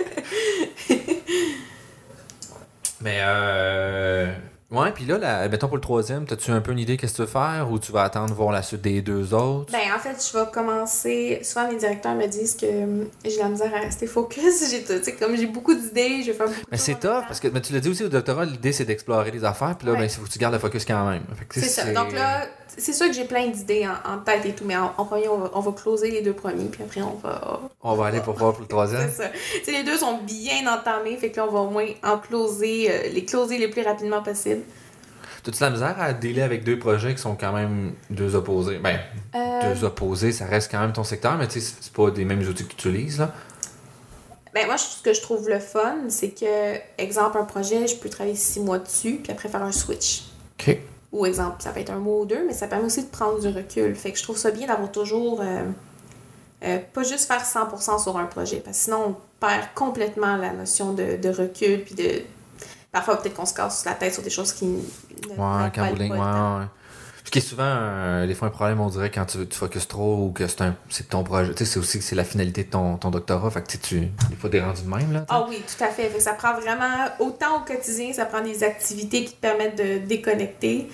Mais, ouais, puis là, mettons pour le troisième, as-tu un peu une idée qu'est-ce que tu veux faire ou tu vas attendre voir la suite des deux autres? Ben, en fait, je vais commencer... Souvent, mes directeurs me disent que j'ai la misère à rester focus. J'ai beaucoup d'idées, je vais faire beaucoup de Mais c'est tough, parce que tu l'as dit aussi au doctorat, l'idée, c'est d'explorer les affaires, puis là, il faut que tu gardes le focus quand même. C'est ça. Donc là, c'est sûr que j'ai plein d'idées en tête et tout, mais en premier, on va closer les deux premiers, puis après, on va aller pour voir pour le troisième. C'est ça. T'sais, les deux sont bien entamés, fait que là, on va au moins les closer le plus rapidement possible. T'as-tu la misère à dealer avec deux projets qui sont quand même deux opposés? Ben, deux opposés, ça reste quand même ton secteur, mais tu sais, c'est pas des mêmes outils que tu utilises, là. Ben, moi, ce que je trouve le fun, c'est que, exemple, un projet, je peux travailler 6 mois dessus, puis après faire un switch. OK. Ou exemple, ça peut être un mois ou deux, mais ça permet aussi de prendre du recul. Fait que je trouve ça bien d'avoir toujours... pas juste faire 100% sur un projet, parce que sinon, on perd complètement la notion de recul, puis de... Parfois, peut-être qu'on se casse la tête sur des choses qui ne quand pas le temps. Ce qui est souvent, des fois, un problème, on dirait, quand tu focuses trop ou que c'est ton projet. Tu sais, c'est aussi que c'est la finalité de ton doctorat. Fait que des fois, t'es rendu de même, là. Ah oui, tout à fait. Fait que ça prend vraiment, autant au quotidien, ça prend des activités qui te permettent de déconnecter,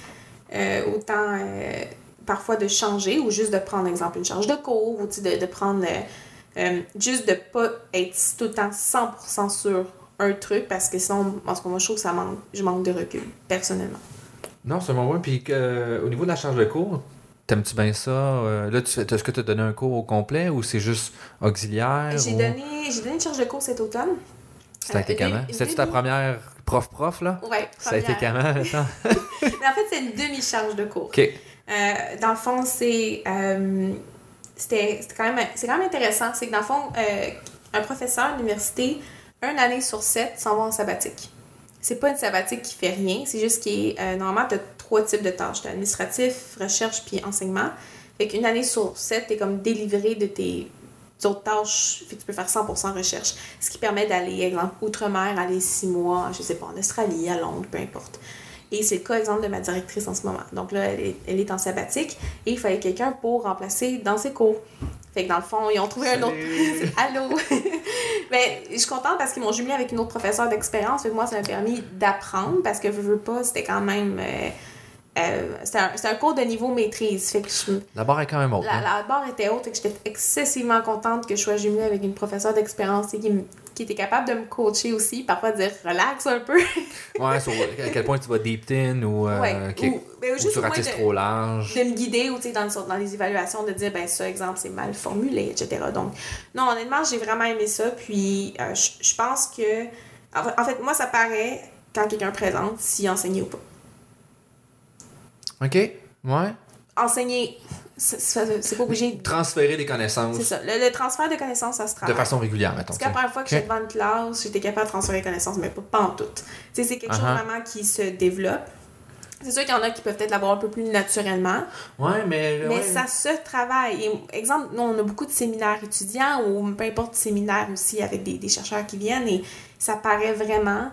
autant parfois de changer ou juste de prendre, exemple, une charge de cours ou de prendre... Juste de pas être tout le temps 100% sur un truc, parce que sinon, en tout cas, moi, je trouve que je manque de recul, personnellement. Non, c'est bon, puis au niveau de la charge de cours, t'aimes-tu bien ça? Là, est-ce que tu as donné un cours au complet ou c'est juste auxiliaire? J'ai donné une charge de cours cet automne. Ça a été comment? C'était-tu ta première prof, là? Oui, ça a été comment, attends? Mais en fait, c'est une demi-charge de cours. OK. Dans le fond, c'est quand même intéressant. C'est que dans le fond, un professeur à l'université, 1 année sur 7, s'en va en sabbatique. C'est pas une sabbatique qui fait rien, c'est juste normalement, tu as 3 types de tâches. Tu as administratif, recherche, puis enseignement. Fait qu'une année sur 7, tu es comme délivré de tes autres tâches. Fait que tu peux faire 100% recherche. Ce qui permet d'aller, exemple, outre-mer, aller 6 mois, je sais pas, en Australie, à Londres, peu importe. Et c'est le cas, exemple, de ma directrice en ce moment. Donc là, elle est en sabbatique et il fallait quelqu'un pour remplacer dans ses cours. Fait que dans le fond, ils ont trouvé un autre... Allô? Mais je suis contente parce qu'ils m'ont jumelé avec une autre professeure d'expérience. Fait que moi, ça m'a permis d'apprendre parce que veux pas, c'était quand même... c'était un cours de niveau maîtrise. Fait que la barre est quand même haute. La barre était haute et que j'étais excessivement contente que je sois jumelée avec une professeure d'expérience qui était capable de me coacher aussi, parfois de dire relax un peu. Ouais, sur à quel point tu vas deep in ou, ou tu ratisses trop large. De me guider ou dans les évaluations, de dire, ben ça, exemple, c'est mal formulé, etc. Donc, non, honnêtement, j'ai vraiment aimé ça. Puis, je pense que... En fait, moi, ça paraît quand quelqu'un présente s'il enseignait ou pas. OK, ouais. Enseigner, c'est pas obligé. Transférer des connaissances. C'est ça. Le transfert de connaissances, ça se travaille. De façon régulière, mettons. Parce que la première fois que j'étais devant une classe, j'étais capable de transférer des connaissances, mais pas en tout. C'est quelque chose vraiment qui se développe. C'est sûr qu'il y en a qui peuvent peut-être l'avoir un peu plus naturellement. Ouais, mais ça se travaille. Et, exemple, nous, on a beaucoup de séminaires étudiants ou peu importe séminaires aussi avec des chercheurs qui viennent et ça paraît vraiment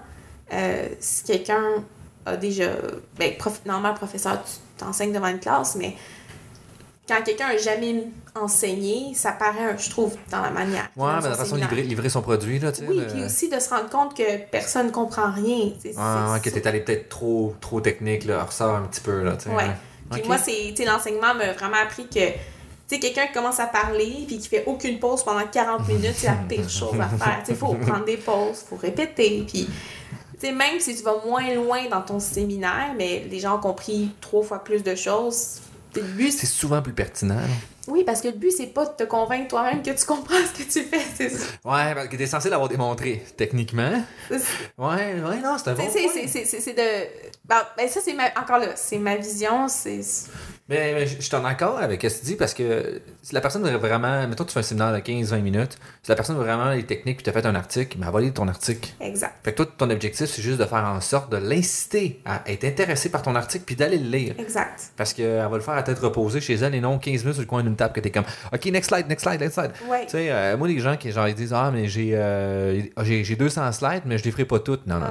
si quelqu'un a déjà... normalement, professeur, tu t'enseignes devant une classe, mais quand quelqu'un n'a jamais enseigné, ça paraît, je trouve, dans la manière. Ouais, mais la façon de livrer son produit, là, tu sais. Oui, puis aussi de se rendre compte que personne ne comprend rien. Que t'es allé peut-être trop technique, là, ressort un petit peu, là, tu sais. Ouais. Puis moi, l'enseignement m'a vraiment appris que, tu sais, quelqu'un qui commence à parler puis qui fait aucune pause pendant 40 minutes, c'est la pire chose à faire. Tu sais, il faut prendre des pauses, il faut répéter, puis... même si tu vas moins loin dans ton séminaire, mais les gens ont compris 3 fois plus de choses. Le but, c'est souvent plus pertinent. Oui, parce que le but, c'est pas de te convaincre toi-même que tu comprends ce que tu fais, c'est ça. Ouais, parce que t'es censé l'avoir démontré, techniquement. Ouais, non, c'est un bon point. C'est de... ça, encore là, c'est ma vision, Mais je suis en accord avec ce que tu dis parce que si la personne veut vraiment... Mettons, tu fais un séminaire de 15-20 minutes. Si la personne veut vraiment les techniques puis tu as fait un article, elle va lire ton article. Exact. Fait que toi, ton objectif, c'est juste de faire en sorte de l'inciter à être intéressée par ton article puis d'aller le lire. Exact. Parce qu'elle va le faire à tête reposée chez elle et non 15 minutes sur le coin d'une table que t'es comme OK, next slide. Ouais. Tu sais, moi, les gens qui genre, ils disent mais j'ai 200 slides, mais je les ferai pas toutes. Non.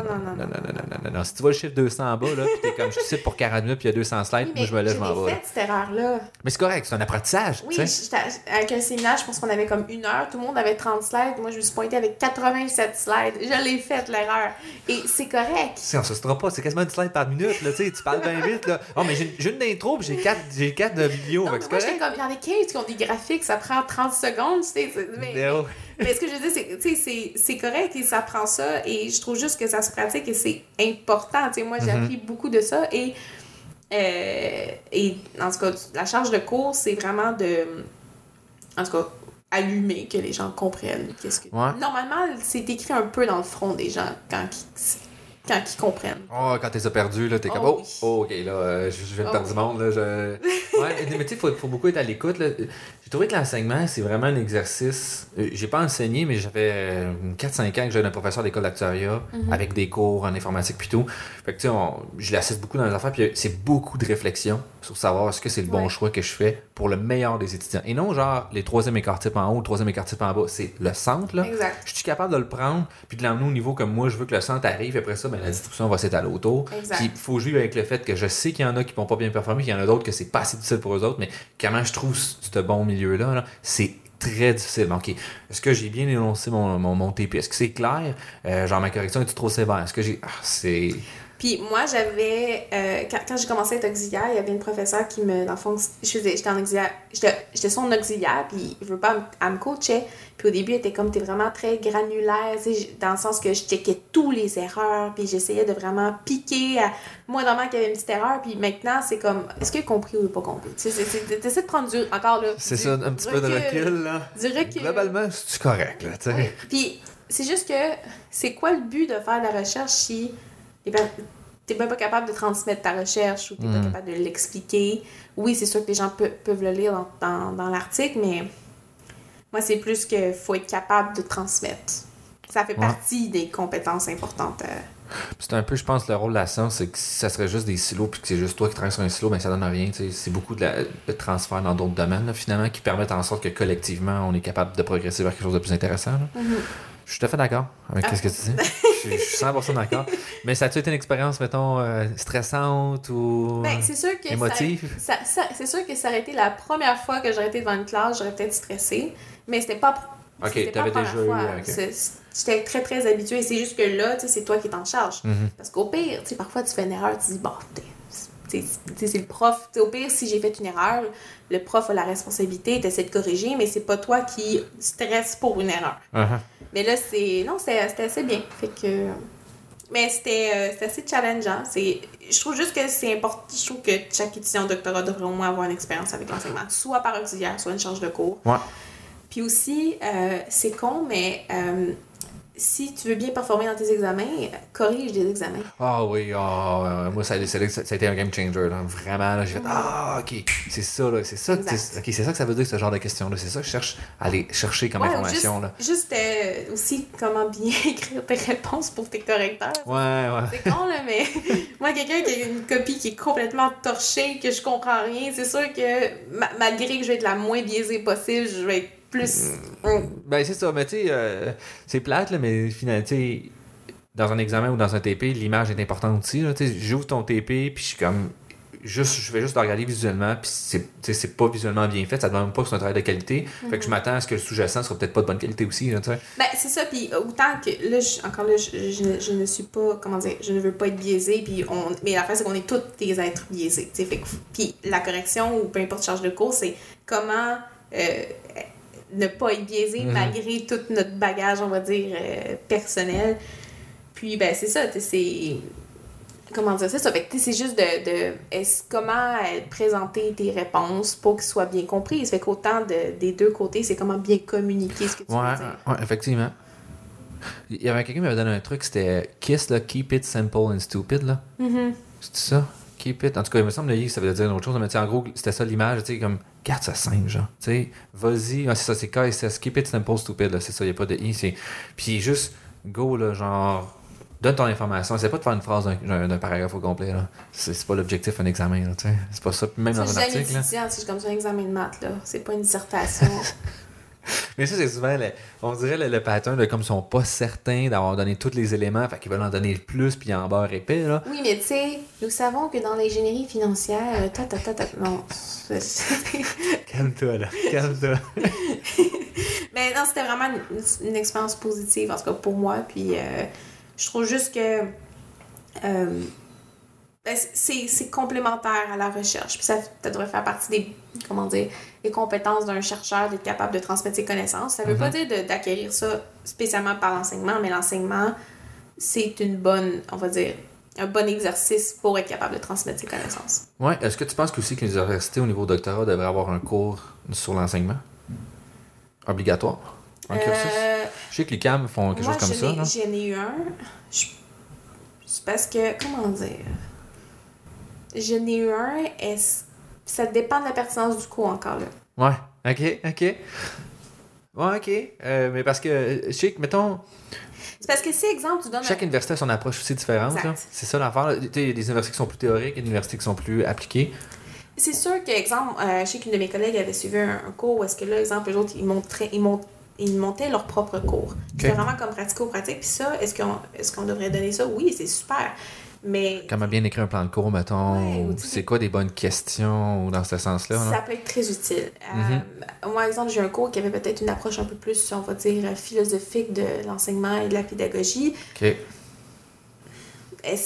Si tu vois le chiffre 200 en bas, là, puis t'es comme je te cite pour 40 minutes puis il y a 200 slides, moi je me lève, je m'en vais. Cette erreur-là. Mais c'est correct, c'est un apprentissage. Oui, avec un séminaire, je pense qu'on avait comme 1 heure, tout le monde avait 30 slides, moi je me suis pointée avec 87 slides. Je l'ai faite, l'erreur. Et c'est correct. On se sera pas, c'est quasiment une slide par minute, là, tu sais, tu parles bien vite, là. Oh, mais j'ai une intro, puis j'ai 4 de vidéos, non, c'est moi, correct. Il y en a 15 qui ont des graphiques, ça prend 30 secondes, tu sais. Mais ce que je veux dire, c'est correct et ça prend ça, et je trouve juste que ça se pratique et c'est important. Tu sais, moi, j'ai appris beaucoup de ça, et en tout cas, la charge de cours, c'est vraiment en tout cas, allumer, que les gens comprennent qu'est-ce que... Ouais. Normalement, c'est écrit un peu dans le front des gens quand ils comprennent. Oh, quand t'es perdu, là, t'es comme oui. OK, là, je viens de perdre du monde, là. Ouais, mais tu sais, faut beaucoup être à l'écoute, là. J'ai trouvé que l'enseignement, c'est vraiment un exercice. J'ai pas enseigné, mais j'avais 4-5 ans que j'avais un professeur d'école d'actuariat avec des cours en informatique puis tout. Fait que tu sais, je l'assiste beaucoup dans les affaires, puis c'est beaucoup de réflexion sur savoir est-ce que c'est le bon choix que je fais pour le meilleur des étudiants. Et non genre les 3e écart type en haut, le 3e écart type en bas. C'est le centre, là. Exact. Je suis capable de le prendre puis de l'emmener au niveau comme moi je veux que le centre arrive. Après ça, la distribution va s'étaler autour. Puis il faut jouer avec le fait que je sais qu'il y en a qui vont pas bien performer, qu'il y en a d'autres que c'est pas assez difficile pour eux autres, mais comment je trouve ce bon milieu-là, là, c'est très difficile. OK. Est-ce que j'ai bien énoncé mon TP? Est-ce que c'est clair? Genre, ma correction est trop sévère? Est-ce que j'ai... c'est Puis moi, j'avais... quand j'ai commencé à être auxiliaire, il y avait une professeure qui me... Dans le fond, j'étais en auxiliaire... J'étais son auxiliaire, puis il veut pas... Elle me coachait. Puis au début, elle était comme... T'es vraiment très granulaire, tu sais, dans le sens que je checkais tous les erreurs, puis j'essayais de vraiment piquer à... Moi, normalement, qu'il y avait une petite erreur, puis maintenant, c'est comme... Est-ce qu'il a compris ou il n'a pas compris? Tu sais, t'essaies de prendre du... Encore là... C'est ça, un petit peu de recul, là. Du recul. Globalement, c'est correct, là, tu sais. Oui. Puis c'est juste que... C'est quoi le but de faire de la recherche si... T'es même pas capable de transmettre ta recherche ou t'es pas capable de l'expliquer. Oui, c'est sûr que les gens peuvent le lire dans l'article, mais moi, c'est plus qu'il faut être capable de transmettre. Ça fait partie des compétences importantes. C'est un peu, je pense, le rôle de la science, c'est que si ça serait juste des silos puis que c'est juste toi qui travailles sur un silo, ben ça donne rien. T'sais. C'est beaucoup de transfert dans d'autres domaines, là, finalement, qui permettent en sorte que collectivement, on est capable de progresser vers quelque chose de plus intéressant. Je suis tout à fait d'accord avec ce que tu dis. Je suis 100% d'accord. Mais ça a-tu été une expérience, mettons, stressante ou c'est sûr que émotive? C'est sûr que ça aurait été la première fois que j'aurais été devant une classe, j'aurais peut-être stressé. Mais c'était pas... OK, t'avais déjà eu... Okay. J'étais très, très habituée. C'est juste que là, c'est toi qui es en charge. Parce qu'au pire, parfois, tu fais une erreur, tu dis, bon, c'est le prof. Au pire, si j'ai fait une erreur, le prof a la responsabilité, tu essaies de corriger, mais c'est pas toi qui stresse pour une erreur. Mais là, c'était assez bien. Fait que... Mais c'était assez challengeant. Je trouve juste que c'est important. Je trouve que chaque étudiant en doctorat devrait au moins avoir une expérience avec l'enseignement, soit par auxiliaire, soit une charge de cours. Ouais. Puis aussi, c'est con, mais si tu veux bien performer dans tes examens, corrige des examens. Ah oui, moi, ça a été un game changer. Là. Vraiment, là, j'ai fait OK, c'est ça. Là, c'est ça c'est ça que ça veut dire, ce genre de questions-là. C'est ça que je cherche à aller chercher comme information. Juste aussi, comment bien écrire tes réponses pour tes correcteurs. Ouais. C'est con, là, mais moi, quelqu'un qui a une copie qui est complètement torchée, que je comprends rien, c'est sûr que malgré que je vais être la moins biaisée possible, je vais être plus... Ben, c'est ça, mais tu sais, c'est plate, là, mais finalement, tu sais, dans un examen ou dans un TP, l'image est importante aussi. Tu sais, j'ouvre ton TP, puis je suis comme... je vais juste le regarder visuellement, puis c'est pas visuellement bien fait, ça ne demande pas que c'est un travail de qualité. Fait que je m'attends à ce que le sous-jacent soit peut-être pas de bonne qualité aussi. Là, ben, c'est ça, puis autant que là, je ne suis pas, comment dire, je ne veux pas être biaisée, puis mais l'affaire, c'est qu'on est tous des êtres biaisés. Puis la correction, ou peu importe charge de cours, c'est comment ne pas être biaisé malgré tout notre bagage, on va dire, personnel. Puis, ben, c'est ça, c'est... Comment dire ça? Fait que c'est juste comment présenter tes réponses pour qu'elles soient bien comprises. Fait qu'autant des deux côtés, c'est comment bien communiquer ce que tu veux dire. Ouais, effectivement. Il y avait quelqu'un qui m'avait donné un truc, c'était KISS, là, Keep it simple and stupid, là. C'est ça? Keep it. En tout cas, il me semble que ça veut dire une autre chose, mais en gros, c'était ça l'image, tu sais, comme, garde ça simple, genre. Tu sais, vas-y. Ah, c'est ça, c'est KSS, Keep it simple, stupid, là. C'est ça, il n'y a pas de I. Puis juste, go, là, genre. Donne ton information. C'est pas de faire une phrase d'un paragraphe au complet. Là. C'est pas l'objectif d'un examen. Là, c'est pas ça. Même dans un article. C'est comme ça un examen de maths. Là. C'est pas une dissertation. Mais ça, c'est souvent, on dirait le pattern de comme ils sont pas certains d'avoir donné tous les éléments, fait qu'ils veulent en donner plus puis en beurre épais. Là. Oui, mais tu sais, nous savons que dans l'ingénierie financière, non. Calme-toi, là. Calme-toi. Mais non, c'était vraiment une expérience positive, en tout cas pour moi. Puis. Je trouve juste que c'est complémentaire à la recherche. Puis ça devrait faire partie des compétences d'un chercheur d'être capable de transmettre ses connaissances. Ça veut pas dire d'acquérir ça spécialement par l'enseignement, mais l'enseignement, c'est un bon exercice pour être capable de transmettre ses connaissances. Oui. Est-ce que tu penses aussi que les universités au niveau doctorat devraient avoir un cours sur l'enseignement? Obligatoire? Un cursus? Je sais que les CAM font quelque chose comme ça. Moi, j'en ai eu un. C'est parce que, comment dire? J'en ai eu un, ça dépend de la pertinence du cours encore là. Ouais, ok. Ouais, ok. Mais parce que, je sais que, mettons... C'est parce que si, exemple, tu donnes... Chaque université a son approche aussi différente. Là. C'est ça l'affaire. Il y a des universités qui sont plus théoriques, des universités qui sont plus appliquées. C'est sûr que, exemple, je sais qu'une de mes collègues avait suivi un cours où est-ce que là, exemple, les autres, ils montaient leur propre cours. Okay. C'était vraiment comme pratico-pratique. Puis ça, est-ce qu'on devrait donner ça? Oui, c'est super. Mais... Comment bien écrire un plan de cours, mettons, ouais, c'est quoi des bonnes questions ou dans ce sens-là? Ça peut être très utile. Moi, par exemple, j'ai un cours qui avait peut-être une approche un peu plus, on va dire, philosophique de l'enseignement et de la pédagogie. OK.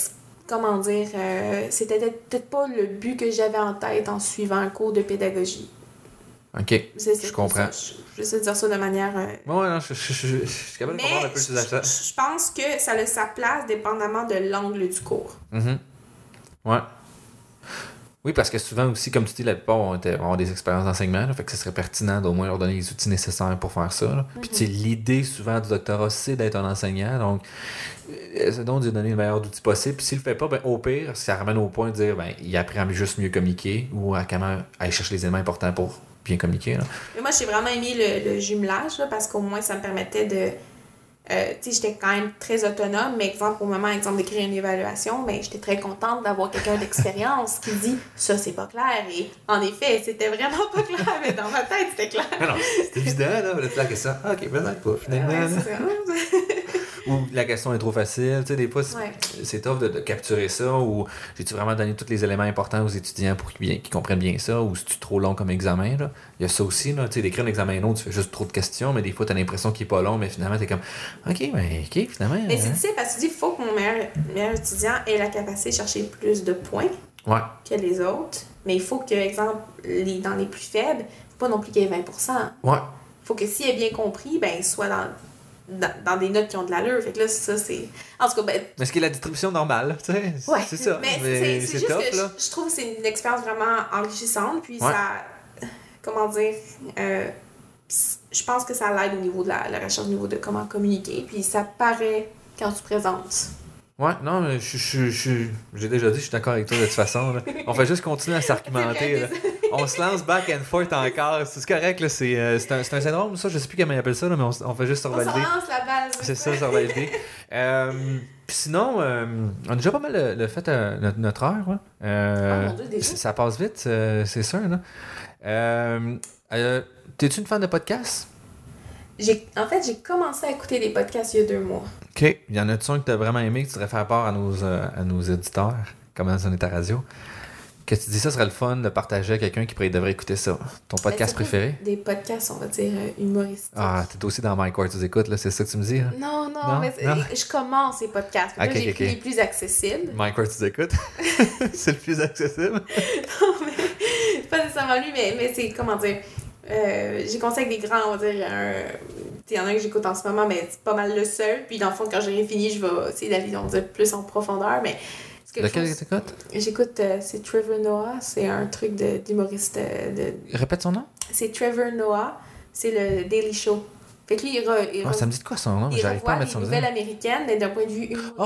comment dire, c'était peut-être pas le but que j'avais en tête en suivant un cours de pédagogie. OK, je comprends. Je vais dire ça de manière... Ouais, non, je suis capable de comprendre un peu ces achats. Je pense que ça a sa place dépendamment de l'angle du cours. Ouais. Oui, parce que souvent aussi, comme tu dis, la plupart ont des expériences d'enseignement, là, fait que ce serait pertinent d'au moins leur donner les outils nécessaires pour faire ça. Puis tu sais, l'idée souvent du doctorat, c'est d'être un enseignant, donc c'est donc de lui donner le meilleur outil possible. Puis s'il le fait pas, ben au pire, ça ramène au point de dire, ben il apprend à juste mieux communiquer ou à comment aller chercher les éléments importants pour bien communiquer. Là. Mais moi, j'ai vraiment aimé le jumelage, là, parce qu'au moins, ça me permettait de... tu sais, j'étais quand même très autonome, mais exemple, au moment d'écrire une évaluation, ben, j'étais très contente d'avoir quelqu'un d'expérience qui dit « ça, c'est pas clair ». Et en effet, c'était vraiment pas clair, mais dans ma tête, c'était clair. Non, c'était évident, là, le clair que ça. Ah, OK, peut-être pas, finalement. C'est ça. Ou la question est trop facile. Tu sais, des fois, c'est tough de capturer ça. Ou j'ai-tu vraiment donné tous les éléments importants aux étudiants pour qu'ils comprennent bien ça? Ou c'est-tu trop long comme examen? Là? Il y a ça aussi. Tu sais, d'écrire un examen long, tu fais juste trop de questions, mais des fois, tu as l'impression qu'il est pas long, mais finalement, tu es comme OK, finalement. Mais tu sais, parce que tu dis qu'il faut que mon meilleur étudiant ait la capacité de chercher plus de points que les autres. Mais il faut que, exemple, dans les plus faibles, il ne faut pas non plus qu'il y ait 20%. Il faut que s'il ait bien compris, ben, il soit dans des notes qui ont de l'allure. Fait que là, ça, c'est... En tout cas, ben... Mais ce qui est la distribution normale, tu sais. Ouais. C'est ça. Mais c'est juste tough, que là. je trouve que c'est une expérience vraiment enrichissante. Puis ça... Comment dire... je pense que ça l'aide au niveau de la recherche, au niveau de comment communiquer. Puis ça paraît quand tu présentes. Ouais, non, mais j'ai déjà dit, je suis d'accord avec toi de toute façon. Là. On fait juste continuer à s'argumenter. On se lance back and forth encore. C'est correct, là. C'est un syndrome, ça. Je sais plus comment ils appellent ça, là, mais on fait juste se revalider. On se lance la balle. C'est ça, se revalider. Puis sinon, on a déjà pas mal le fait notre heure. Là. Oh mon Dieu, déjà? Ça passe vite, c'est sûr. Là. T'es-tu une fan de podcasts? En fait, j'ai commencé à écouter des podcasts il y a 2 mois. OK. Il y en a-tu un que tu as vraiment aimé, que tu voudrais faire part à nos éditeurs? Comment ça en est ta radio? Que tu dis ça serait le fun de partager à quelqu'un qui devrait écouter ça. Ton podcast préféré? Des podcasts, on va dire, humoristiques. Ah, t'es aussi dans Mike Ward, tu écoutes, là, c'est ça que tu me dis? Là? Non, mais je commence les podcasts. Là, j'ai pris les plus accessibles. Mike Ward, tu écoutes? C'est le plus accessible? Non, mais c'est pas nécessairement lui, mais c'est, comment dire... j'ai commencé avec des grands, on va dire, il y en a un que j'écoute en ce moment, mais c'est pas mal le seul. Puis dans le fond, quand j'aurai fini, je vais essayer d'aller, on va dire, plus en profondeur. Mais lequel t'écoutes? J'écoute, c'est Trevor Noah, c'est un truc d'humoriste. Répète son nom? C'est Trevor Noah, c'est le Daily Show. Fait que lui, ça me dit de quoi son nom? J'arrive pas à mettre son nom. Il revoit les nouvelles américaines, mais d'un point de vue humoristique.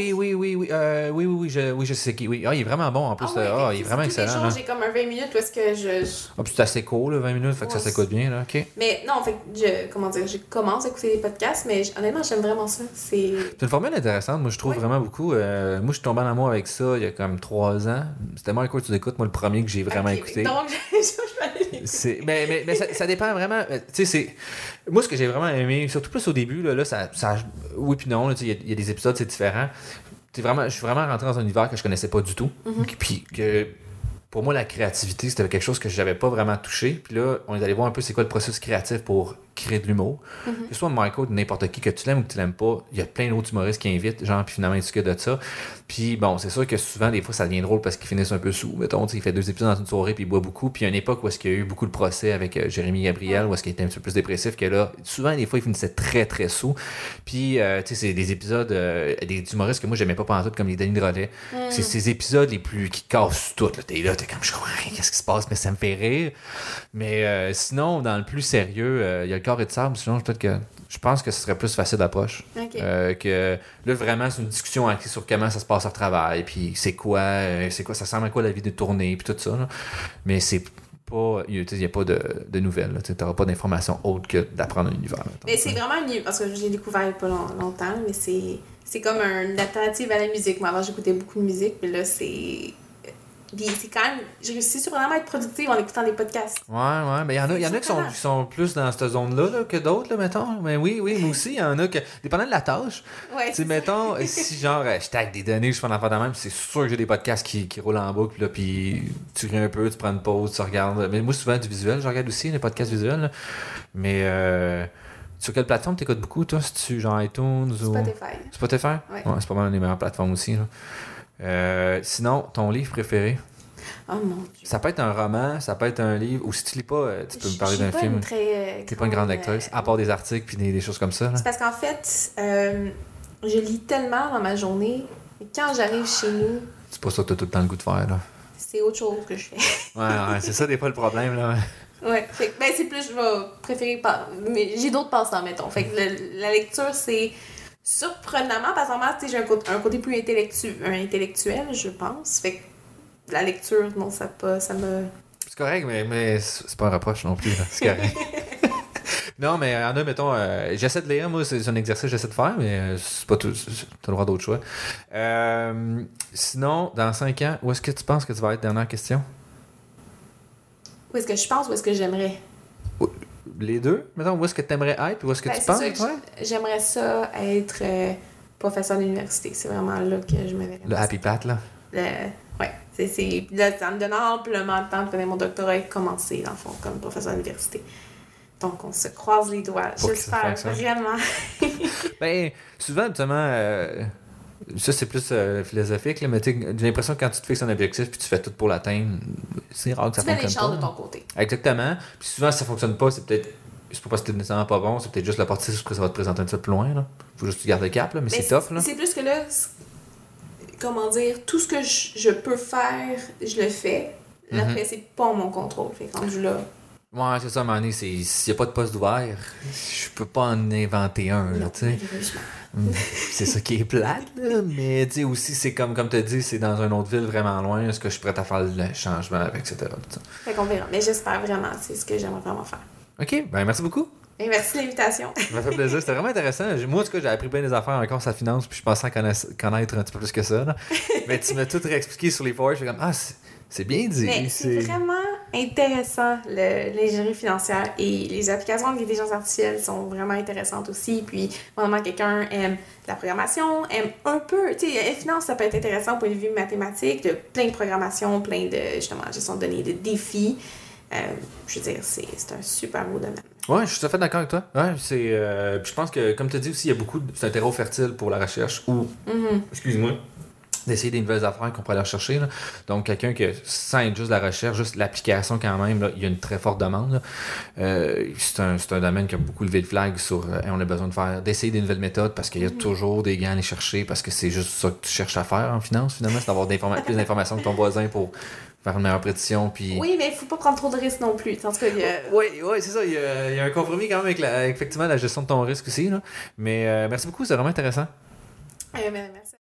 Oui, je sais qui. Oui. Il est vraiment bon en plus. Il est vraiment excellent. Tous les jours, j'ai comme un 20 minutes où est-ce que puis c'est assez court, là, 20 minutes, fait que ça s'écoute bien, là. OK. Mais non, en fait, je commence à écouter des podcasts, mais honnêtement, j'aime vraiment ça. C'est une formule intéressante, moi, je trouve vraiment beaucoup. Moi, je suis tombé en amour avec ça il y a comme 3 ans. C'était moi, tu écoutes, moi, le premier que j'ai vraiment écouté. Donc, je vais aller mais ça dépend vraiment. Tu sais, c'est. Moi, ce que j'ai vraiment aimé, surtout plus au début, là ça oui puis non, il y a des épisodes, c'est différent. Je suis vraiment rentré dans un univers que je connaissais pas du tout. Puis que pour moi, la créativité, c'était quelque chose que j'avais pas vraiment touché. Puis là, on est allé voir un peu c'est quoi le processus créatif pour créer de l'humour. Que ce soit Michael ou n'importe qui, que tu l'aimes ou que tu l'aimes pas, il y a plein d'autres humoristes qui invitent, genre, puis finalement, ils discutent de ça. Puis bon, c'est sûr que souvent, des fois, ça devient drôle parce qu'ils finissent un peu sous. Mettons, il fait 2 épisodes dans une soirée, puis il boit beaucoup. Puis il y a une époque où est-ce qu'il y a eu beaucoup de procès avec Jérémy Gabriel, où est-ce qu'il était un peu plus dépressif, que là, souvent, des fois, il finissait très, très sous. Puis, tu sais, c'est des épisodes, des humoristes que moi, j'aimais pas pantoute, comme les Denis Drolet. C'est ces épisodes les plus qui cassent tout. Là, t'es comme, je comprends rien, qu'est-ce qui se passe, mais ça me fait rire. Mais sinon, dans le plus sérieux, il y a le corps et de sable, sinon, peut-être que je pense que ce serait plus facile d'approche. Que là, vraiment, c'est une discussion axée sur comment ça se passe au travail, puis c'est quoi, ça ressemble à quoi la vie de tournée, puis tout ça. Là. Mais c'est pas, il n'y a pas de nouvelles. Tu n'auras pas d'informations autres que d'apprendre un univers. Mais c'est vraiment parce que j'ai découvert il n'y a pas longtemps, mais c'est comme une alternative à la musique. Moi, avant, j'écoutais beaucoup de musique, mais là, c'est quand même, j'ai réussi surprenamment à être productive en écoutant des podcasts. Ouais, mais il y en a qui sont plus dans cette zone-là là, que d'autres, là, mettons. Mais oui, moi aussi, il y en a que, dépendant de la tâche, tu mettons, si genre, je tag des données, je fais un affaire de même, c'est sûr que j'ai des podcasts qui roulent en boucle, là, puis tu ris un peu, tu prends une pause, tu regardes. Mais moi, souvent, du visuel, je regarde aussi les podcasts visuels, là. Mais sur quelle plateforme t'écoutes beaucoup, toi? Si tu genre iTunes ou... Spotify? Ouais, c'est pas mal une des meilleures plateformes aussi, là. Sinon, ton livre préféré? Oh mon Dieu. Ça peut être un roman, ça peut être un livre, ou si tu lis pas, tu peux me parler d'un film. T'es pas une grande lectrice, à part des articles puis des choses comme ça. Là. C'est parce qu'en fait, je lis tellement dans ma journée, et quand j'arrive chez nous... C'est pas ça que t'as tout le temps le goût de faire, là. C'est autre chose que je fais. ouais, c'est ça des fois le problème, là. Ouais, ben c'est plus, je vais préférer... Mais j'ai d'autres passe-temps, mettons. Fait que la lecture, c'est... Surprenamment, parce que j'ai un côté plus intellectuel, je pense. Fait que la lecture, non, ça me... C'est correct, mais c'est pas un reproche non plus, là. C'est correct. Non, mais en a, mettons, j'essaie de lire, moi, c'est un exercice que j'essaie de faire, mais c'est pas tout. T'as le droit d'autre choix. Sinon, dans 5 ans, où est-ce que tu penses que tu vas être? Dernière question. Où est-ce que je pense ou est-ce que j'aimerais? Les deux, mettons, où est-ce que tu aimerais être ou où est-ce que tu penses? J'aimerais ça être professeur d'université. C'est vraiment là que je me verrais. Le happy pat, là? Ouais. Là, ça me donne amplement de temps de finir mon doctorat et commencer, dans le fond, comme professeur d'université. Donc, on se croise les doigts. J'espère vraiment. Ben, souvent, habituellement, ça c'est plus philosophique, là, mais j'ai l'impression que quand tu te fixes un objectif puis tu fais tout pour l'atteindre, c'est rare que ça fonctionne pas. Tu mets les chances de ton côté. Exactement. Puis souvent, si ça fonctionne pas, c'est peut-être. C'est pas parce que c'est nécessairement pas bon, c'est peut-être juste l'opportunité que ça va te présenter un petit peu plus loin. Là. Faut juste que tu gardes le cap, là, mais c'est tough. Là. C'est plus que là, comment dire, tout ce que je peux faire, je le fais. Après, c'est pas mon contrôle. Fait rendu là. Ouais, c'est ça, à un moment donné, s'il n'y a pas de poste ouvert, je peux pas en inventer un, tu sais. C'est ça qui est plate, là, mais tu sais, aussi, c'est comme tu as dit, c'est dans une autre ville vraiment loin, est-ce que je suis prête à faire le changement, etc. Fait qu'on verra, mais j'espère vraiment, c'est ce que j'aimerais vraiment faire. OK, ben merci beaucoup. Et merci de l'invitation. Ça m'a fait plaisir, c'était vraiment intéressant. Moi, en tout cas, j'ai appris bien des affaires encore sur la finance, puis je pensais connaître un petit peu plus que ça, là. Mais tu m'as tout réexpliqué sur les forwards, je suis comme, c'est bien dit. Mais c'est vraiment intéressant, l'ingénierie financière, et les applications de l'intelligence artificielle sont vraiment intéressantes aussi. Puis, vraiment, quelqu'un aime la programmation, aime un peu. Tu sais, finance, ça peut être intéressant au point de vue mathématique, de plein de programmation, plein de, justement, gestion de données, de défis. Je veux dire, c'est un super beau domaine. Ouais, je suis tout à fait d'accord avec toi. Ouais, je pense que, comme tu as dit aussi, il y a beaucoup c'est un terreau fertile pour la recherche ou, excuse-moi, d'essayer des nouvelles affaires qu'on pourrait aller rechercher. Là. Donc, quelqu'un que, sans être juste la recherche, juste l'application quand même, là, il y a une très forte demande. C'est un domaine qui a beaucoup levé le flag sur on a besoin d'essayer des nouvelles méthodes parce qu'il y a toujours des gants à aller chercher parce que c'est juste ça que tu cherches à faire en finance, finalement, c'est d'avoir plus d'informations que ton voisin pour faire une meilleure prédiction. Puis... Oui, mais il faut pas prendre trop de risques non plus. En tout cas, Oui, c'est ça. Il y a un compromis quand même avec effectivement la gestion de ton risque aussi. Là. Mais merci beaucoup, c'est vraiment intéressant. Merci.